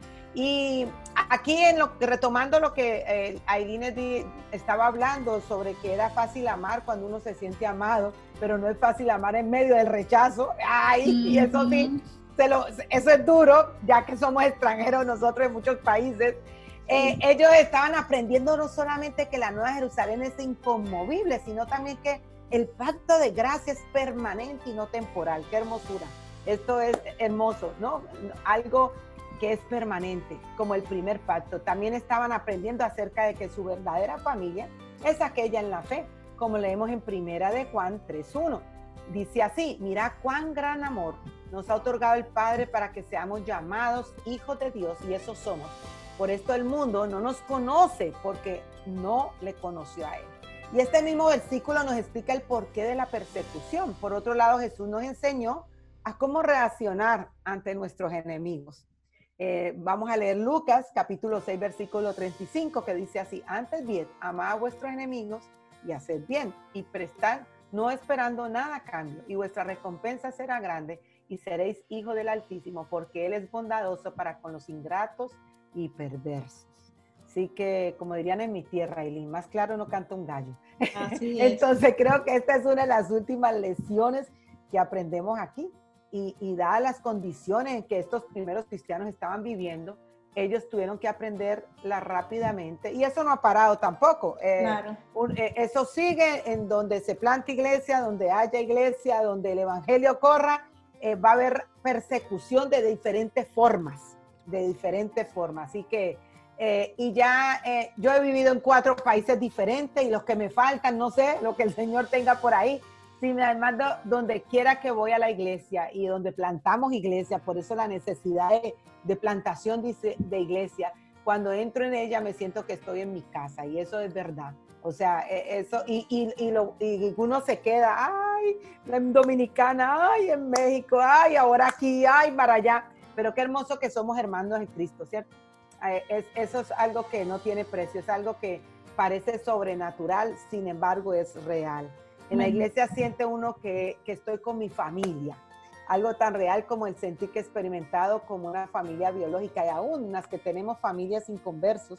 S3: Y aquí retomando lo que Aileen estaba hablando sobre que era fácil amar cuando uno se siente amado, pero no es fácil amar en medio del rechazo. Y eso sí, eso es duro, ya que somos extranjeros nosotros en muchos países. Ellos estaban aprendiendo no solamente que la Nueva Jerusalén es inconmovible, sino también que el pacto de gracia es permanente y no temporal. ¡Qué hermosura! Esto es hermoso, ¿no? Algo que es permanente, como el primer pacto. También estaban aprendiendo acerca de que su verdadera familia es aquella en la fe, como leemos en Primera de Juan 3:1. Dice así: mira cuán gran amor nos ha otorgado el Padre para que seamos llamados hijos de Dios, y eso somos. Por esto el mundo no nos conoce, porque no le conoció a Él. Y este mismo versículo nos explica el porqué de la persecución. Por otro lado, Jesús nos enseñó a cómo reaccionar ante nuestros enemigos. Vamos a leer Lucas capítulo 6 versículo 35, que dice así: antes bien, amad a vuestros enemigos y haced bien y prestad, no esperando nada a cambio, y vuestra recompensa será grande y seréis hijos del Altísimo, porque Él es bondadoso para con los ingratos y perversos. Así que, como dirían en mi tierra, Aileen, más claro no canta un gallo. Así es. Entonces creo que esta es una de las últimas lecciones que aprendemos aquí. Y dadas las condiciones en que estos primeros cristianos estaban viviendo, ellos tuvieron que aprenderla rápidamente y eso no ha parado tampoco.
S2: Claro.
S3: Eso sigue en donde se planta iglesia, donde haya iglesia, donde el evangelio corra, va a haber persecución de diferentes formas. Así que, yo he vivido en 4 países diferentes y los que me faltan, no sé, lo que el Señor tenga por ahí. Sí, además, donde quiera que voy a la iglesia y donde plantamos iglesia, por eso la necesidad de plantación de iglesia, cuando entro en ella me siento que estoy en mi casa y eso es verdad. O sea, eso, y uno se queda, ay, en Dominicana, ay, en México, ay, ahora aquí, ay, para allá. Pero qué hermoso que somos hermanos en Cristo, ¿cierto? Eso es algo que no tiene precio, es algo que parece sobrenatural, sin embargo es real. En la iglesia siente uno que estoy con mi familia, algo tan real como el sentir que he experimentado como una familia biológica y aún unas que tenemos familias inconversos,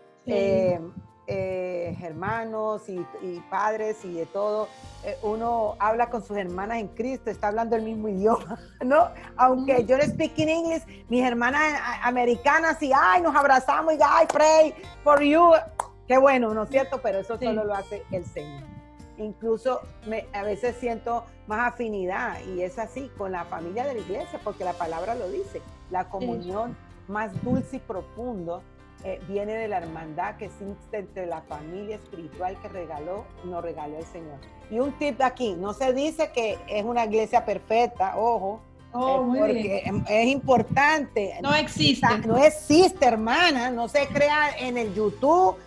S3: hermanos y padres y de todo, uno habla con sus hermanas en Cristo, está hablando el mismo idioma, ¿no? Aunque yo no speak in English, mis hermanas americanas y ay, nos abrazamos y ay, pray for you, qué bueno, ¿no es cierto? Pero eso solo lo hace el Señor. Incluso a veces siento más afinidad y es así con la familia de la iglesia porque la palabra lo dice, la comunión más dulce y profundo viene de la hermandad que existe entre la familia espiritual que nos regaló el Señor. Y un tip aquí, no se dice que es una iglesia perfecta, ojo, porque es importante.
S2: No existe.
S3: No existe, hermana, no se crea en el YouTube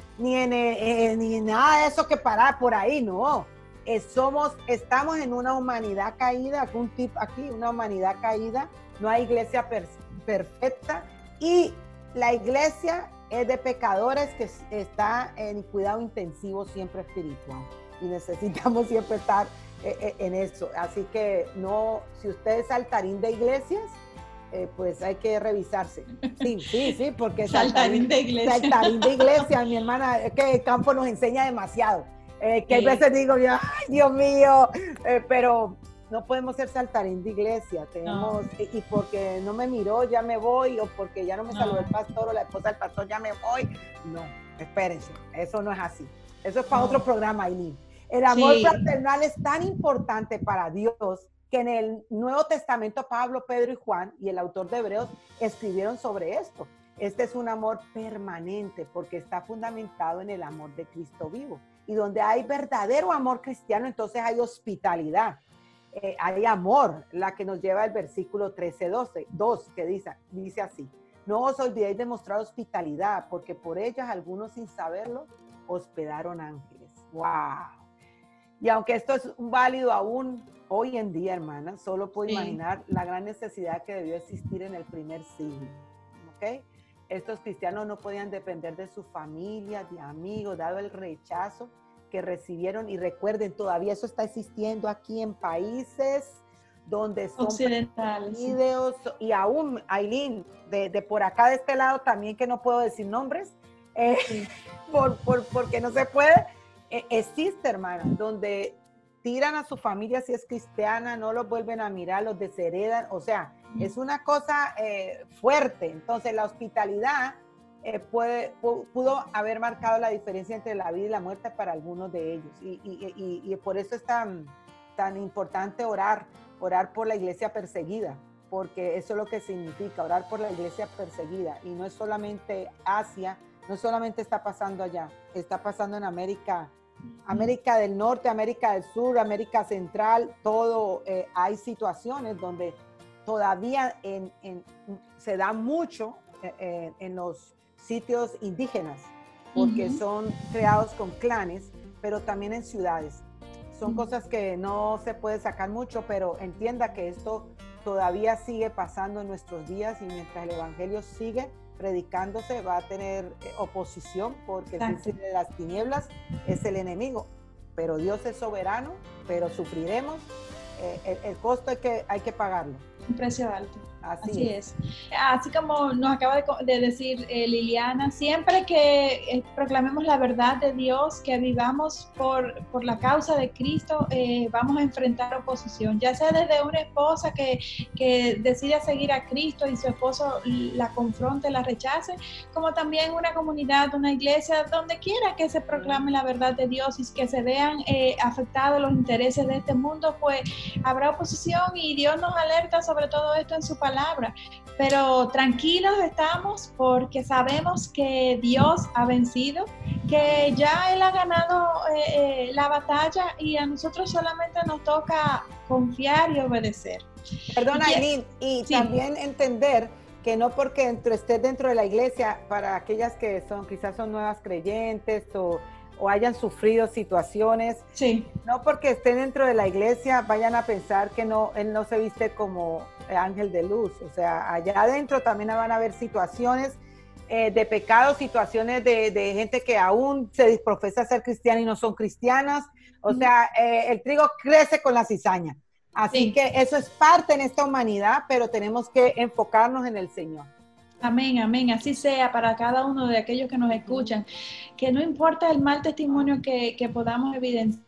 S3: ni nada de eso que parar por ahí, no. Estamos en una humanidad caída, un tip aquí, una humanidad caída, no hay iglesia perfecta y la iglesia es de pecadores que está en cuidado intensivo siempre espiritual y necesitamos siempre estar en eso. Así que no, si usted es saltarín de iglesias, pues hay que revisarse. Sí, porque
S2: saltarín de iglesia.
S3: Saltarín de iglesia, mi hermana, es que el campo nos enseña demasiado. Que a veces digo yo, ay, Dios mío, pero no podemos ser saltarín de iglesia, tenemos, y porque no me miró, ya me voy, o porque ya no me saludó el pastor o la esposa del pastor, ya me voy. No, espérense, eso no es así. Eso es para otro programa, Aileen. El amor fraternal es tan importante para Dios que en el Nuevo Testamento Pablo, Pedro y Juan y el autor de Hebreos escribieron sobre esto. Este es un amor permanente porque está fundamentado en el amor de Cristo vivo. Y donde hay verdadero amor cristiano, entonces hay hospitalidad. Hay amor, la que nos lleva al versículo 13:2, que dice así: no os olvidéis de mostrar hospitalidad, porque por ellas algunos sin saberlo hospedaron ángeles. ¡Wow! Y aunque esto es válido aún hoy en día, hermana, solo puedo imaginar la gran necesidad que debió existir en el primer siglo. ¿Ok? Estos cristianos no podían depender de sus familias, de amigos, dado el rechazo que recibieron, y recuerden, todavía eso está existiendo aquí en países donde son
S2: occidentales,
S3: videos, y aún, Aileen, de por acá de este lado también, que no puedo decir nombres, porque no se puede, existe, hermana, donde tiran a su familia si es cristiana, no los vuelven a mirar, los desheredan, o sea, es una cosa fuerte. Entonces la hospitalidad pudo haber marcado la diferencia entre la vida y la muerte para algunos de ellos, y por eso es tan importante orar por la iglesia perseguida, porque eso es lo que significa, orar por la iglesia perseguida. Y no es solamente Asia, no solamente está pasando allá, está pasando en América del Norte, América del Sur, América Central, todo. Hay situaciones donde todavía se da mucho en los sitios indígenas, porque son creados con clanes, pero también en ciudades. Son cosas que no se puede sacar mucho, pero entienda que esto todavía sigue pasando en nuestros días, y mientras el evangelio sigue predicándose va a tener oposición, porque el príncipe de las tinieblas es el enemigo, pero Dios es soberano, pero sufriremos el costo hay que pagarlo.
S2: Un precio alto.
S3: Así
S2: es. Así como nos acaba de decir Liliana, siempre que proclamemos la verdad de Dios, que vivamos por la causa de Cristo, vamos a enfrentar oposición, ya sea desde una esposa que decide seguir a Cristo y su esposo la confronte, la rechace, como también una comunidad, una iglesia, donde quiera que se proclame la verdad de Dios y que se vean afectados los intereses de este mundo, pues habrá oposición y Dios nos alerta sobre todo esto en su palabra. Pero tranquilos estamos porque sabemos que Dios ha vencido, que ya Él ha ganado la batalla y a nosotros solamente nos toca confiar y obedecer.
S3: Perdona, Aileen, y sí, también entender que no porque estés dentro de la iglesia, para aquellas que quizás son nuevas creyentes o hayan sufrido situaciones,
S2: sí,
S3: no porque estén dentro de la iglesia vayan a pensar que él no se viste como ángel de luz. O sea, allá adentro también van a haber situaciones de pecado, situaciones de gente que aún se profesa ser cristiana y no son cristianas. O sea, el trigo crece con la cizaña. Así sí, que eso es parte en esta humanidad, pero tenemos que enfocarnos en el Señor.
S2: Amén, amén, así sea para cada uno de aquellos que nos escuchan, que no importa el mal testimonio que podamos evidenciar,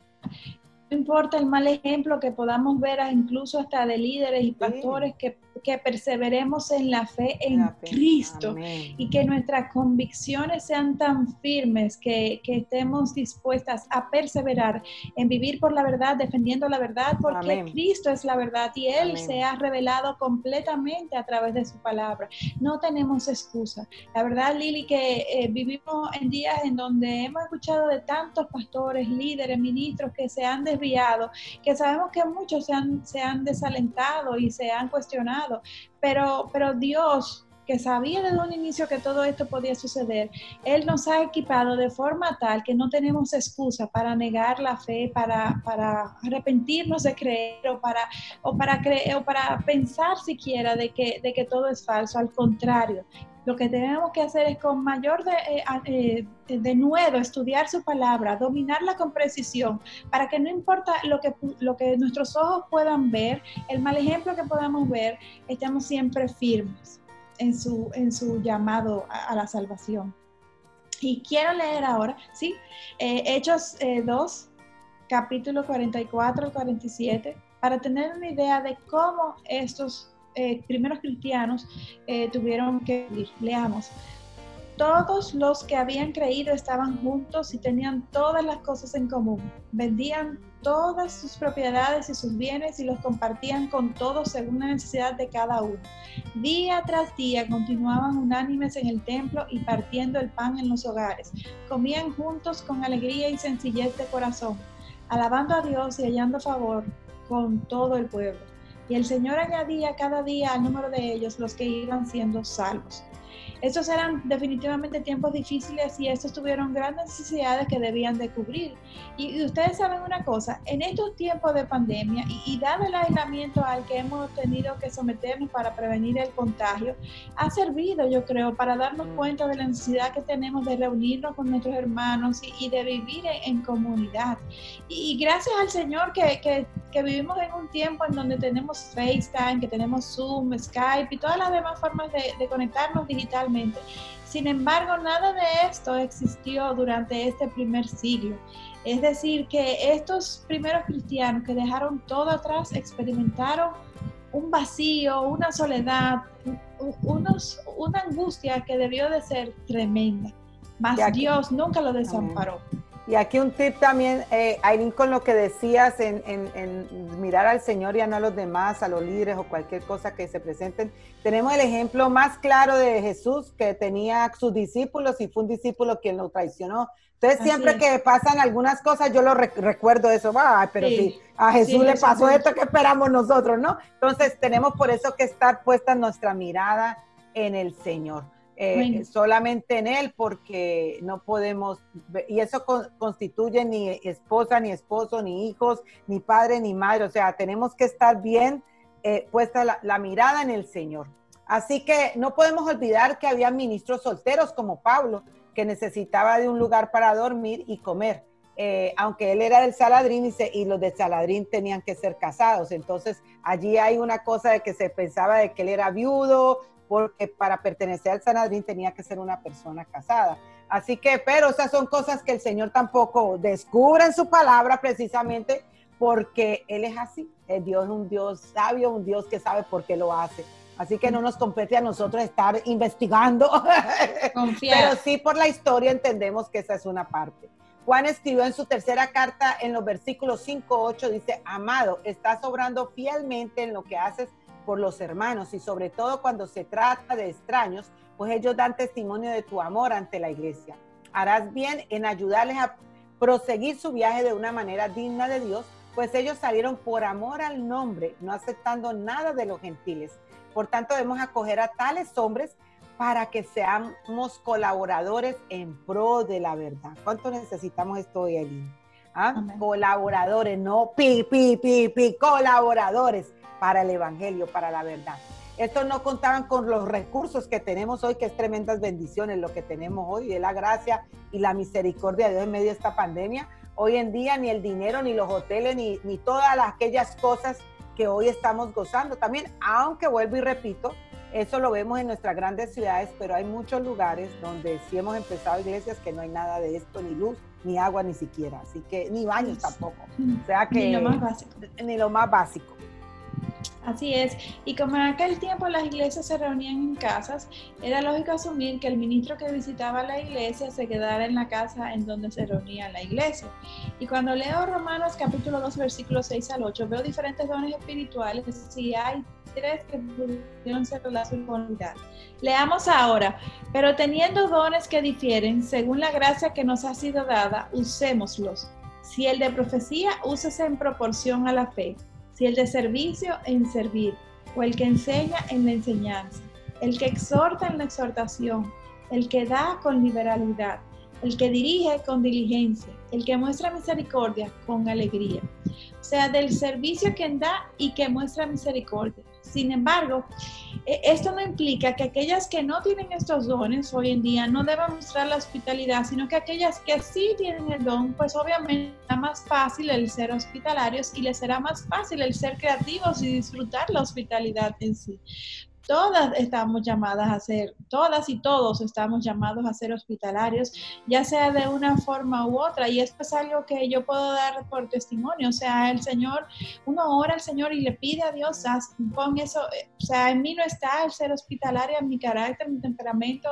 S2: no importa el mal ejemplo que podamos ver incluso hasta de líderes y pastores, que perseveremos en la fe en Cristo. Amén. Y que nuestras convicciones sean tan firmes que estemos dispuestas a perseverar en vivir por la verdad, defendiendo la verdad, porque amén, Cristo es la verdad y Él amén, se ha revelado completamente a través de su palabra. No tenemos excusa. La verdad, Lili, que vivimos en días en donde hemos escuchado de tantos pastores, líderes, ministros que se han desviado, que sabemos que muchos se han desalentado y se han cuestionado, pero Dios, que sabía desde un inicio que todo esto podía suceder, Él nos ha equipado de forma tal que no tenemos excusa para negar la fe, para arrepentirnos de creer o para pensar siquiera de que todo es falso. Al contrario, lo que tenemos que hacer es con mayor denuedo estudiar su palabra, dominarla con precisión, para que no importa lo que nuestros ojos puedan ver, el mal ejemplo que podamos ver, estemos siempre firmes en su llamado a la salvación. Y quiero leer ahora, ¿sí? Hechos 2, capítulo 44 al 47, para tener una idea de cómo estos primeros cristianos tuvieron que vivir. Leamos. Todos los que habían creído estaban juntos y tenían todas las cosas en común. Vendían todas sus propiedades y sus bienes y los compartían con todos según la necesidad de cada uno. Día tras día continuaban unánimes en el templo y partiendo el pan en los hogares. Comían juntos con alegría y sencillez de corazón, alabando a Dios y hallando favor con todo el pueblo. Y el Señor añadía cada día al número de ellos los que iban siendo salvos. Estos eran definitivamente tiempos difíciles y estos tuvieron grandes necesidades que debían de cubrir. Y ustedes saben una cosa, en estos tiempos de pandemia y dado el aislamiento al que hemos tenido que someternos para prevenir el contagio, ha servido, yo creo, para darnos cuenta de la necesidad que tenemos de reunirnos con nuestros hermanos y de vivir en comunidad. Y gracias al Señor que vivimos en un tiempo en donde tenemos FaceTime, que tenemos Zoom, Skype y todas las demás formas de conectarnos digitalmente. Sin embargo, nada de esto existió durante este primer siglo. Es decir, que estos primeros cristianos que dejaron todo atrás experimentaron un vacío, una soledad, una angustia que debió de ser tremenda. Mas Dios nunca lo desamparó.
S3: Y aquí un tip también, Aileen, con lo que decías en mirar al Señor y no a los demás, a los líderes o cualquier cosa que se presenten. Tenemos el ejemplo más claro de Jesús, que tenía sus discípulos y fue un discípulo quien lo traicionó. Entonces, siempre que pasan algunas cosas, yo lo recuerdo eso, pero si a Jesús le pasó esto, ¿qué esperamos nosotros, no? Entonces, tenemos por eso que estar puesta nuestra mirada en el Señor. Solamente en Él, porque no podemos, y eso constituye ni esposa, ni esposo, ni hijos, ni padre, ni madre. O sea, tenemos que estar bien puesta la mirada en el Señor. Así que no podemos olvidar que había ministros solteros como Pablo, que necesitaba de un lugar para dormir y comer. aunque él era del Sanedrín y los del Sanedrín tenían que ser casados. Entonces allí hay una cosa de que se pensaba de que él era viudo, porque para pertenecer al Sanedrín tenía que ser una persona casada. Así que, pero esas son cosas que el Señor tampoco descubre en su palabra, precisamente porque Él es así. Dios es un Dios sabio, un Dios que sabe por qué lo hace. Así que no nos compete a nosotros estar investigando, pero sí por la historia entendemos que esa es una parte. Juan escribió en su tercera carta en los versículos 5-8, dice: amado, estás obrando fielmente en lo que haces por los hermanos y sobre todo cuando se trata de extraños, pues ellos dan testimonio de tu amor ante la iglesia. Harás bien en ayudarles a proseguir su viaje de una manera digna de Dios, pues ellos salieron por amor al nombre, no aceptando nada de los gentiles. Por tanto, debemos acoger a tales hombres para que seamos colaboradores en pro de la verdad. ¿Cuánto necesitamos esto hoy, Eileen? ¿Ah? Colaboradores, no colaboradores para el evangelio, para la verdad. Estos no contaban con los recursos que tenemos hoy, que es tremendas bendiciones lo que tenemos hoy, es la gracia y la misericordia de Dios en medio de esta pandemia. Hoy en día ni el dinero, ni los hoteles, ni todas aquellas cosas que hoy estamos gozando también, aunque vuelvo y repito, eso lo vemos en nuestras grandes ciudades, pero hay muchos lugares donde sí hemos empezado iglesias que no hay nada de esto, ni luz, ni agua, ni siquiera, así que ni baños tampoco, o sea que
S2: ni lo más básico.
S3: Ni lo más básico.
S2: Así es, y como en aquel tiempo las iglesias se reunían en casas, era lógico asumir que el ministro que visitaba la iglesia se quedara en la casa en donde se reunía la iglesia. Y cuando leo Romanos capítulo 2, versículos 6-8, veo diferentes dones espirituales, y hay 3 que pudieron ser relación con unidad. Leamos ahora: pero teniendo dones que difieren, según la gracia que nos ha sido dada, usémoslos. Si el de profecía, úsese en proporción a la fe. Si el de servicio, en servir, o el que enseña, en la enseñanza, el que exhorta, en la exhortación, el que da, con liberalidad, el que dirige, con diligencia, el que muestra misericordia, con alegría. O sea, del servicio quien da y que muestra misericordia. Sin embargo, esto no implica que aquellas que no tienen estos dones hoy en día no deban mostrar la hospitalidad, sino que aquellas que sí tienen el don, pues obviamente será más fácil el ser hospitalarios y les será más fácil el ser creativos y disfrutar la hospitalidad en sí. Todas estamos llamadas a ser, todas y todos estamos llamados a ser hospitalarios, ya sea de una forma u otra, y esto es algo que yo puedo dar por testimonio. O sea, el Señor, uno ora al Señor y le pide a Dios, pon eso, o sea, en mí no está el ser hospitalaria, en mi carácter, mi temperamento,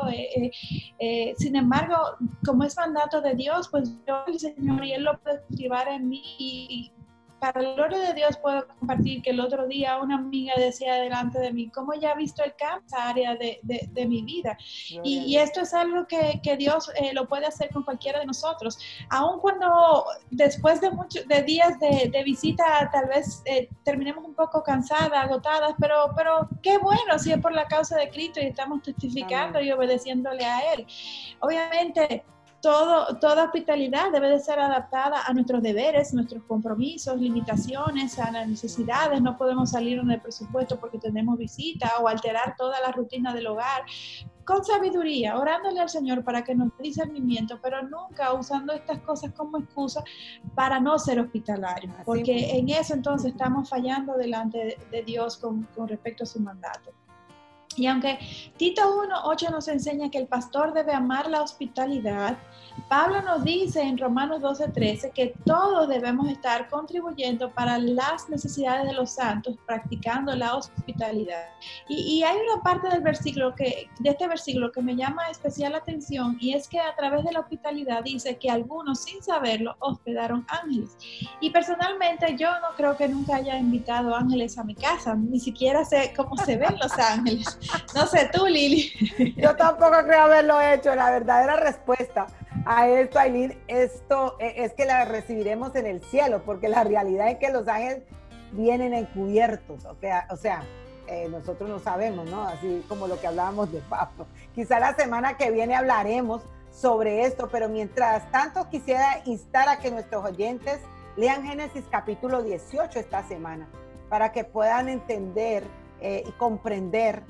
S2: sin embargo, como es mandato de Dios, pues yo el Señor y Él lo puede cultivar en mí, y para la gloria de Dios puedo compartir que el otro día una amiga decía delante de mí: ¿cómo ya ha visto el cambio en esa área de mi vida? Y esto es algo que Dios lo puede hacer con cualquiera de nosotros. Aun cuando después de días de visita tal vez terminemos un poco cansadas, agotadas, pero qué bueno si es por la causa de Cristo y estamos testificando y obedeciéndole a Él. Obviamente, toda hospitalidad debe de ser adaptada a nuestros deberes, nuestros compromisos, limitaciones, a las necesidades. No podemos salir del presupuesto porque tenemos visita o alterar toda la rutina del hogar. Con sabiduría, orándole al Señor para que nos dé discernimiento, pero nunca usando estas cosas como excusa para no ser hospitalarios, porque en eso entonces estamos fallando delante de Dios con respecto a su mandato. Y aunque Tito 1:8 nos enseña que el pastor debe amar la hospitalidad, Pablo nos dice en Romanos 12:13 que todos debemos estar contribuyendo para las necesidades de los santos, practicando la hospitalidad. Y hay una parte de este versículo que me llama especial atención, y es que a través de la hospitalidad dice que algunos, sin saberlo, hospedaron ángeles. Y personalmente yo no creo que nunca haya invitado ángeles a mi casa, ni siquiera sé cómo se ven los ángeles. No sé, tú, Lili.
S3: Yo tampoco creo haberlo hecho. La verdadera respuesta a esto, Eileen, esto es que la recibiremos en el cielo, porque la realidad es que los ángeles vienen encubiertos, o sea, nosotros no sabemos, ¿no? Así como lo que hablábamos de Pablo. Quizá la semana que viene hablaremos sobre esto, pero mientras tanto quisiera instar a que nuestros oyentes lean Génesis capítulo 18 esta semana, para que puedan entender y comprender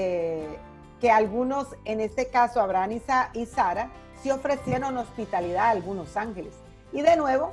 S3: que algunos, en este caso Abraham y Sara, sí ofrecieron hospitalidad a algunos ángeles. Y de nuevo,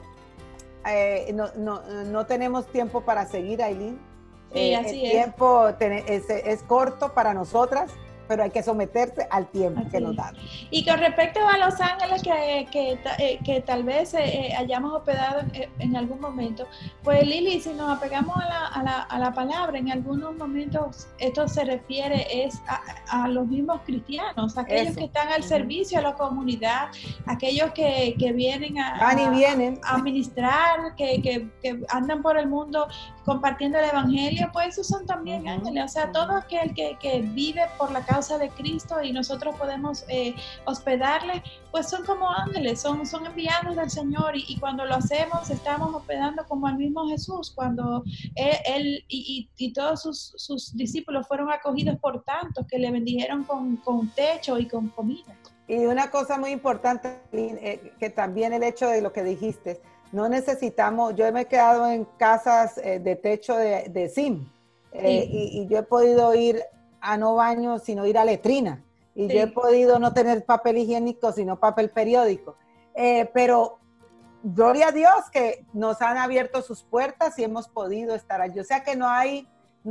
S3: no tenemos tiempo para seguir, Aileen.
S2: Sí, así
S3: el tiempo es corto para nosotras, pero hay que someterse al tiempo que nos dan.
S2: Y con respecto a Los Ángeles, que tal vez hayamos hospedado en algún momento, pues Lili, si nos apegamos a la palabra, en algunos momentos esto se refiere a los mismos cristianos, aquellos que están al servicio a la comunidad, aquellos que vienen a ministrar, que andan por el mundo compartiendo el evangelio, pues esos son también ángeles. O sea, todo aquel que vive por la causa de Cristo y nosotros podemos hospedarle, pues son como ángeles, son enviados del Señor, y cuando lo hacemos estamos hospedando como al mismo Jesús, cuando él y todos sus discípulos fueron acogidos por tantos que le bendijeron con techo y con comida.
S3: Y una cosa muy importante, que también el hecho de lo que dijiste, no necesitamos, yo me he quedado en casas de techo de zinc, y yo he podido ir a no baño, sino ir a letrina, y yo he podido no tener papel higiénico, sino papel periódico, pero gloria a Dios que nos han abierto sus puertas y hemos podido estar allí. O sea que no hay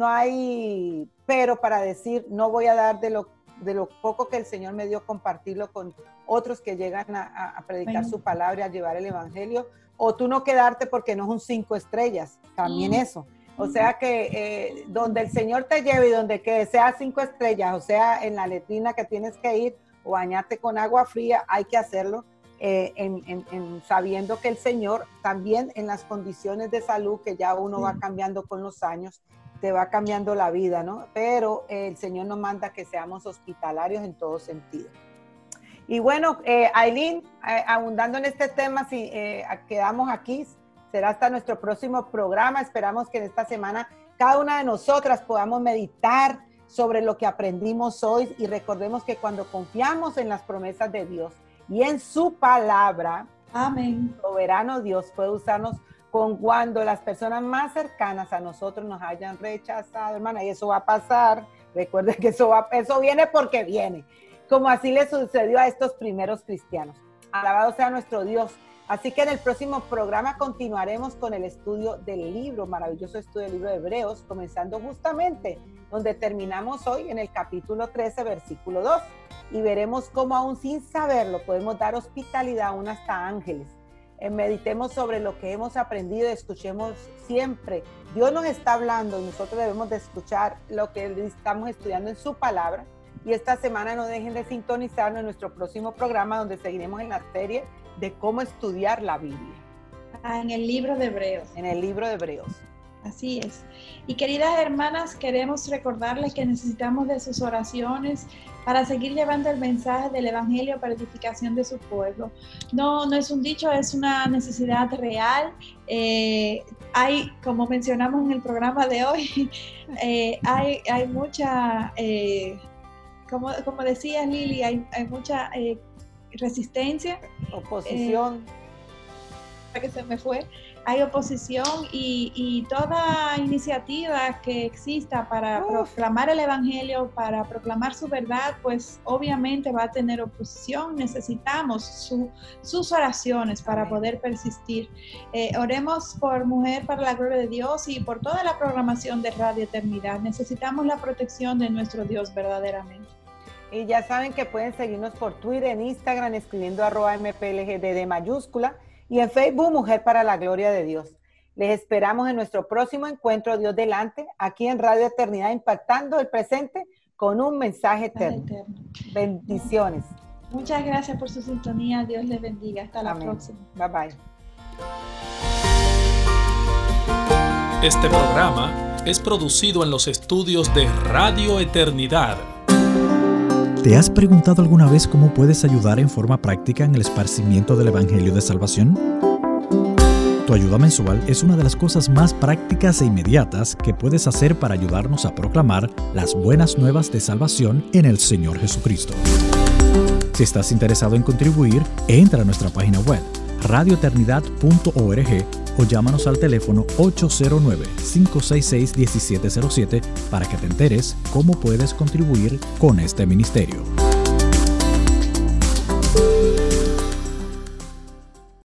S3: pero para decir, no voy a dar de lo poco que el Señor me dio, compartirlo con otros que llegan a predicar su palabra, a llevar el evangelio, o tú no quedarte porque no es un 5 estrellas, también eso. O sea que donde el Señor te lleve y donde que sea 5 estrellas, o sea en la letrina que tienes que ir o bañarte con agua fría, hay que hacerlo sabiendo que el Señor también en las condiciones de salud que ya uno va cambiando con los años, te va cambiando la vida, ¿no? Pero el Señor nos manda que seamos hospitalarios en todo sentido. Y bueno, Aileen, abundando en este tema, si quedamos aquí, será hasta nuestro próximo programa. Esperamos que en esta semana cada una de nosotras podamos meditar sobre lo que aprendimos hoy, y recordemos que cuando confiamos en las promesas de Dios y en su palabra,
S2: amén,
S3: soberano Dios puede usarnos con cuando las personas más cercanas a nosotros nos hayan rechazado, hermana, y eso va a pasar. Recuerden que eso viene porque viene, como así le sucedió a estos primeros cristianos. Alabado sea nuestro Dios. Así que en el próximo programa continuaremos con el estudio del libro, maravilloso estudio del libro de Hebreos, comenzando justamente donde terminamos hoy en el capítulo 13, versículo 2. Y veremos cómo aún sin saberlo podemos dar hospitalidad aún hasta ángeles. Meditemos sobre lo que hemos aprendido y escuchemos siempre. Dios nos está hablando y nosotros debemos de escuchar lo que estamos estudiando en su palabra. Y esta semana no dejen de sintonizarnos en nuestro próximo programa, donde seguiremos en la serie de cómo estudiar la Biblia.
S2: En el libro de Hebreos.
S3: En el libro de Hebreos.
S2: Así es. Y queridas hermanas, queremos recordarles que necesitamos de sus oraciones para seguir llevando el mensaje del Evangelio para edificación de su pueblo. No es un dicho, es una necesidad real. Hay, como mencionamos en el programa de hoy, hay mucha, como decías Lili, hay mucha resistencia.
S3: Oposición.
S2: Que se me fue. Hay oposición y toda iniciativa que exista para proclamar el Evangelio, para proclamar su verdad, pues obviamente va a tener oposición. Necesitamos sus oraciones para poder persistir. Oremos por Mujer para la Gloria de Dios y por toda la programación de Radio Eternidad. Necesitamos la protección de nuestro Dios verdaderamente.
S3: Y ya saben que pueden seguirnos por Twitter, en Instagram, escribiendo @mplgdd mayúscula, y en Facebook, Mujer para la Gloria de Dios. Les esperamos en nuestro próximo encuentro, Dios delante, aquí en Radio Eternidad, impactando el presente con un mensaje eterno. Bendiciones.
S2: Muchas gracias por su sintonía. Dios les bendiga. Hasta la próxima.
S3: Bye bye.
S4: Este programa es producido en los estudios de Radio Eternidad.
S5: ¿Te has preguntado alguna vez cómo puedes ayudar en forma práctica en el esparcimiento del Evangelio de Salvación? Tu ayuda mensual es una de las cosas más prácticas e inmediatas que puedes hacer para ayudarnos a proclamar las buenas nuevas de salvación en el Señor Jesucristo. Si estás interesado en contribuir, entra a nuestra página web radioeternidad.org o llámanos al teléfono 809-566-1707 para que te enteres cómo puedes contribuir con este ministerio.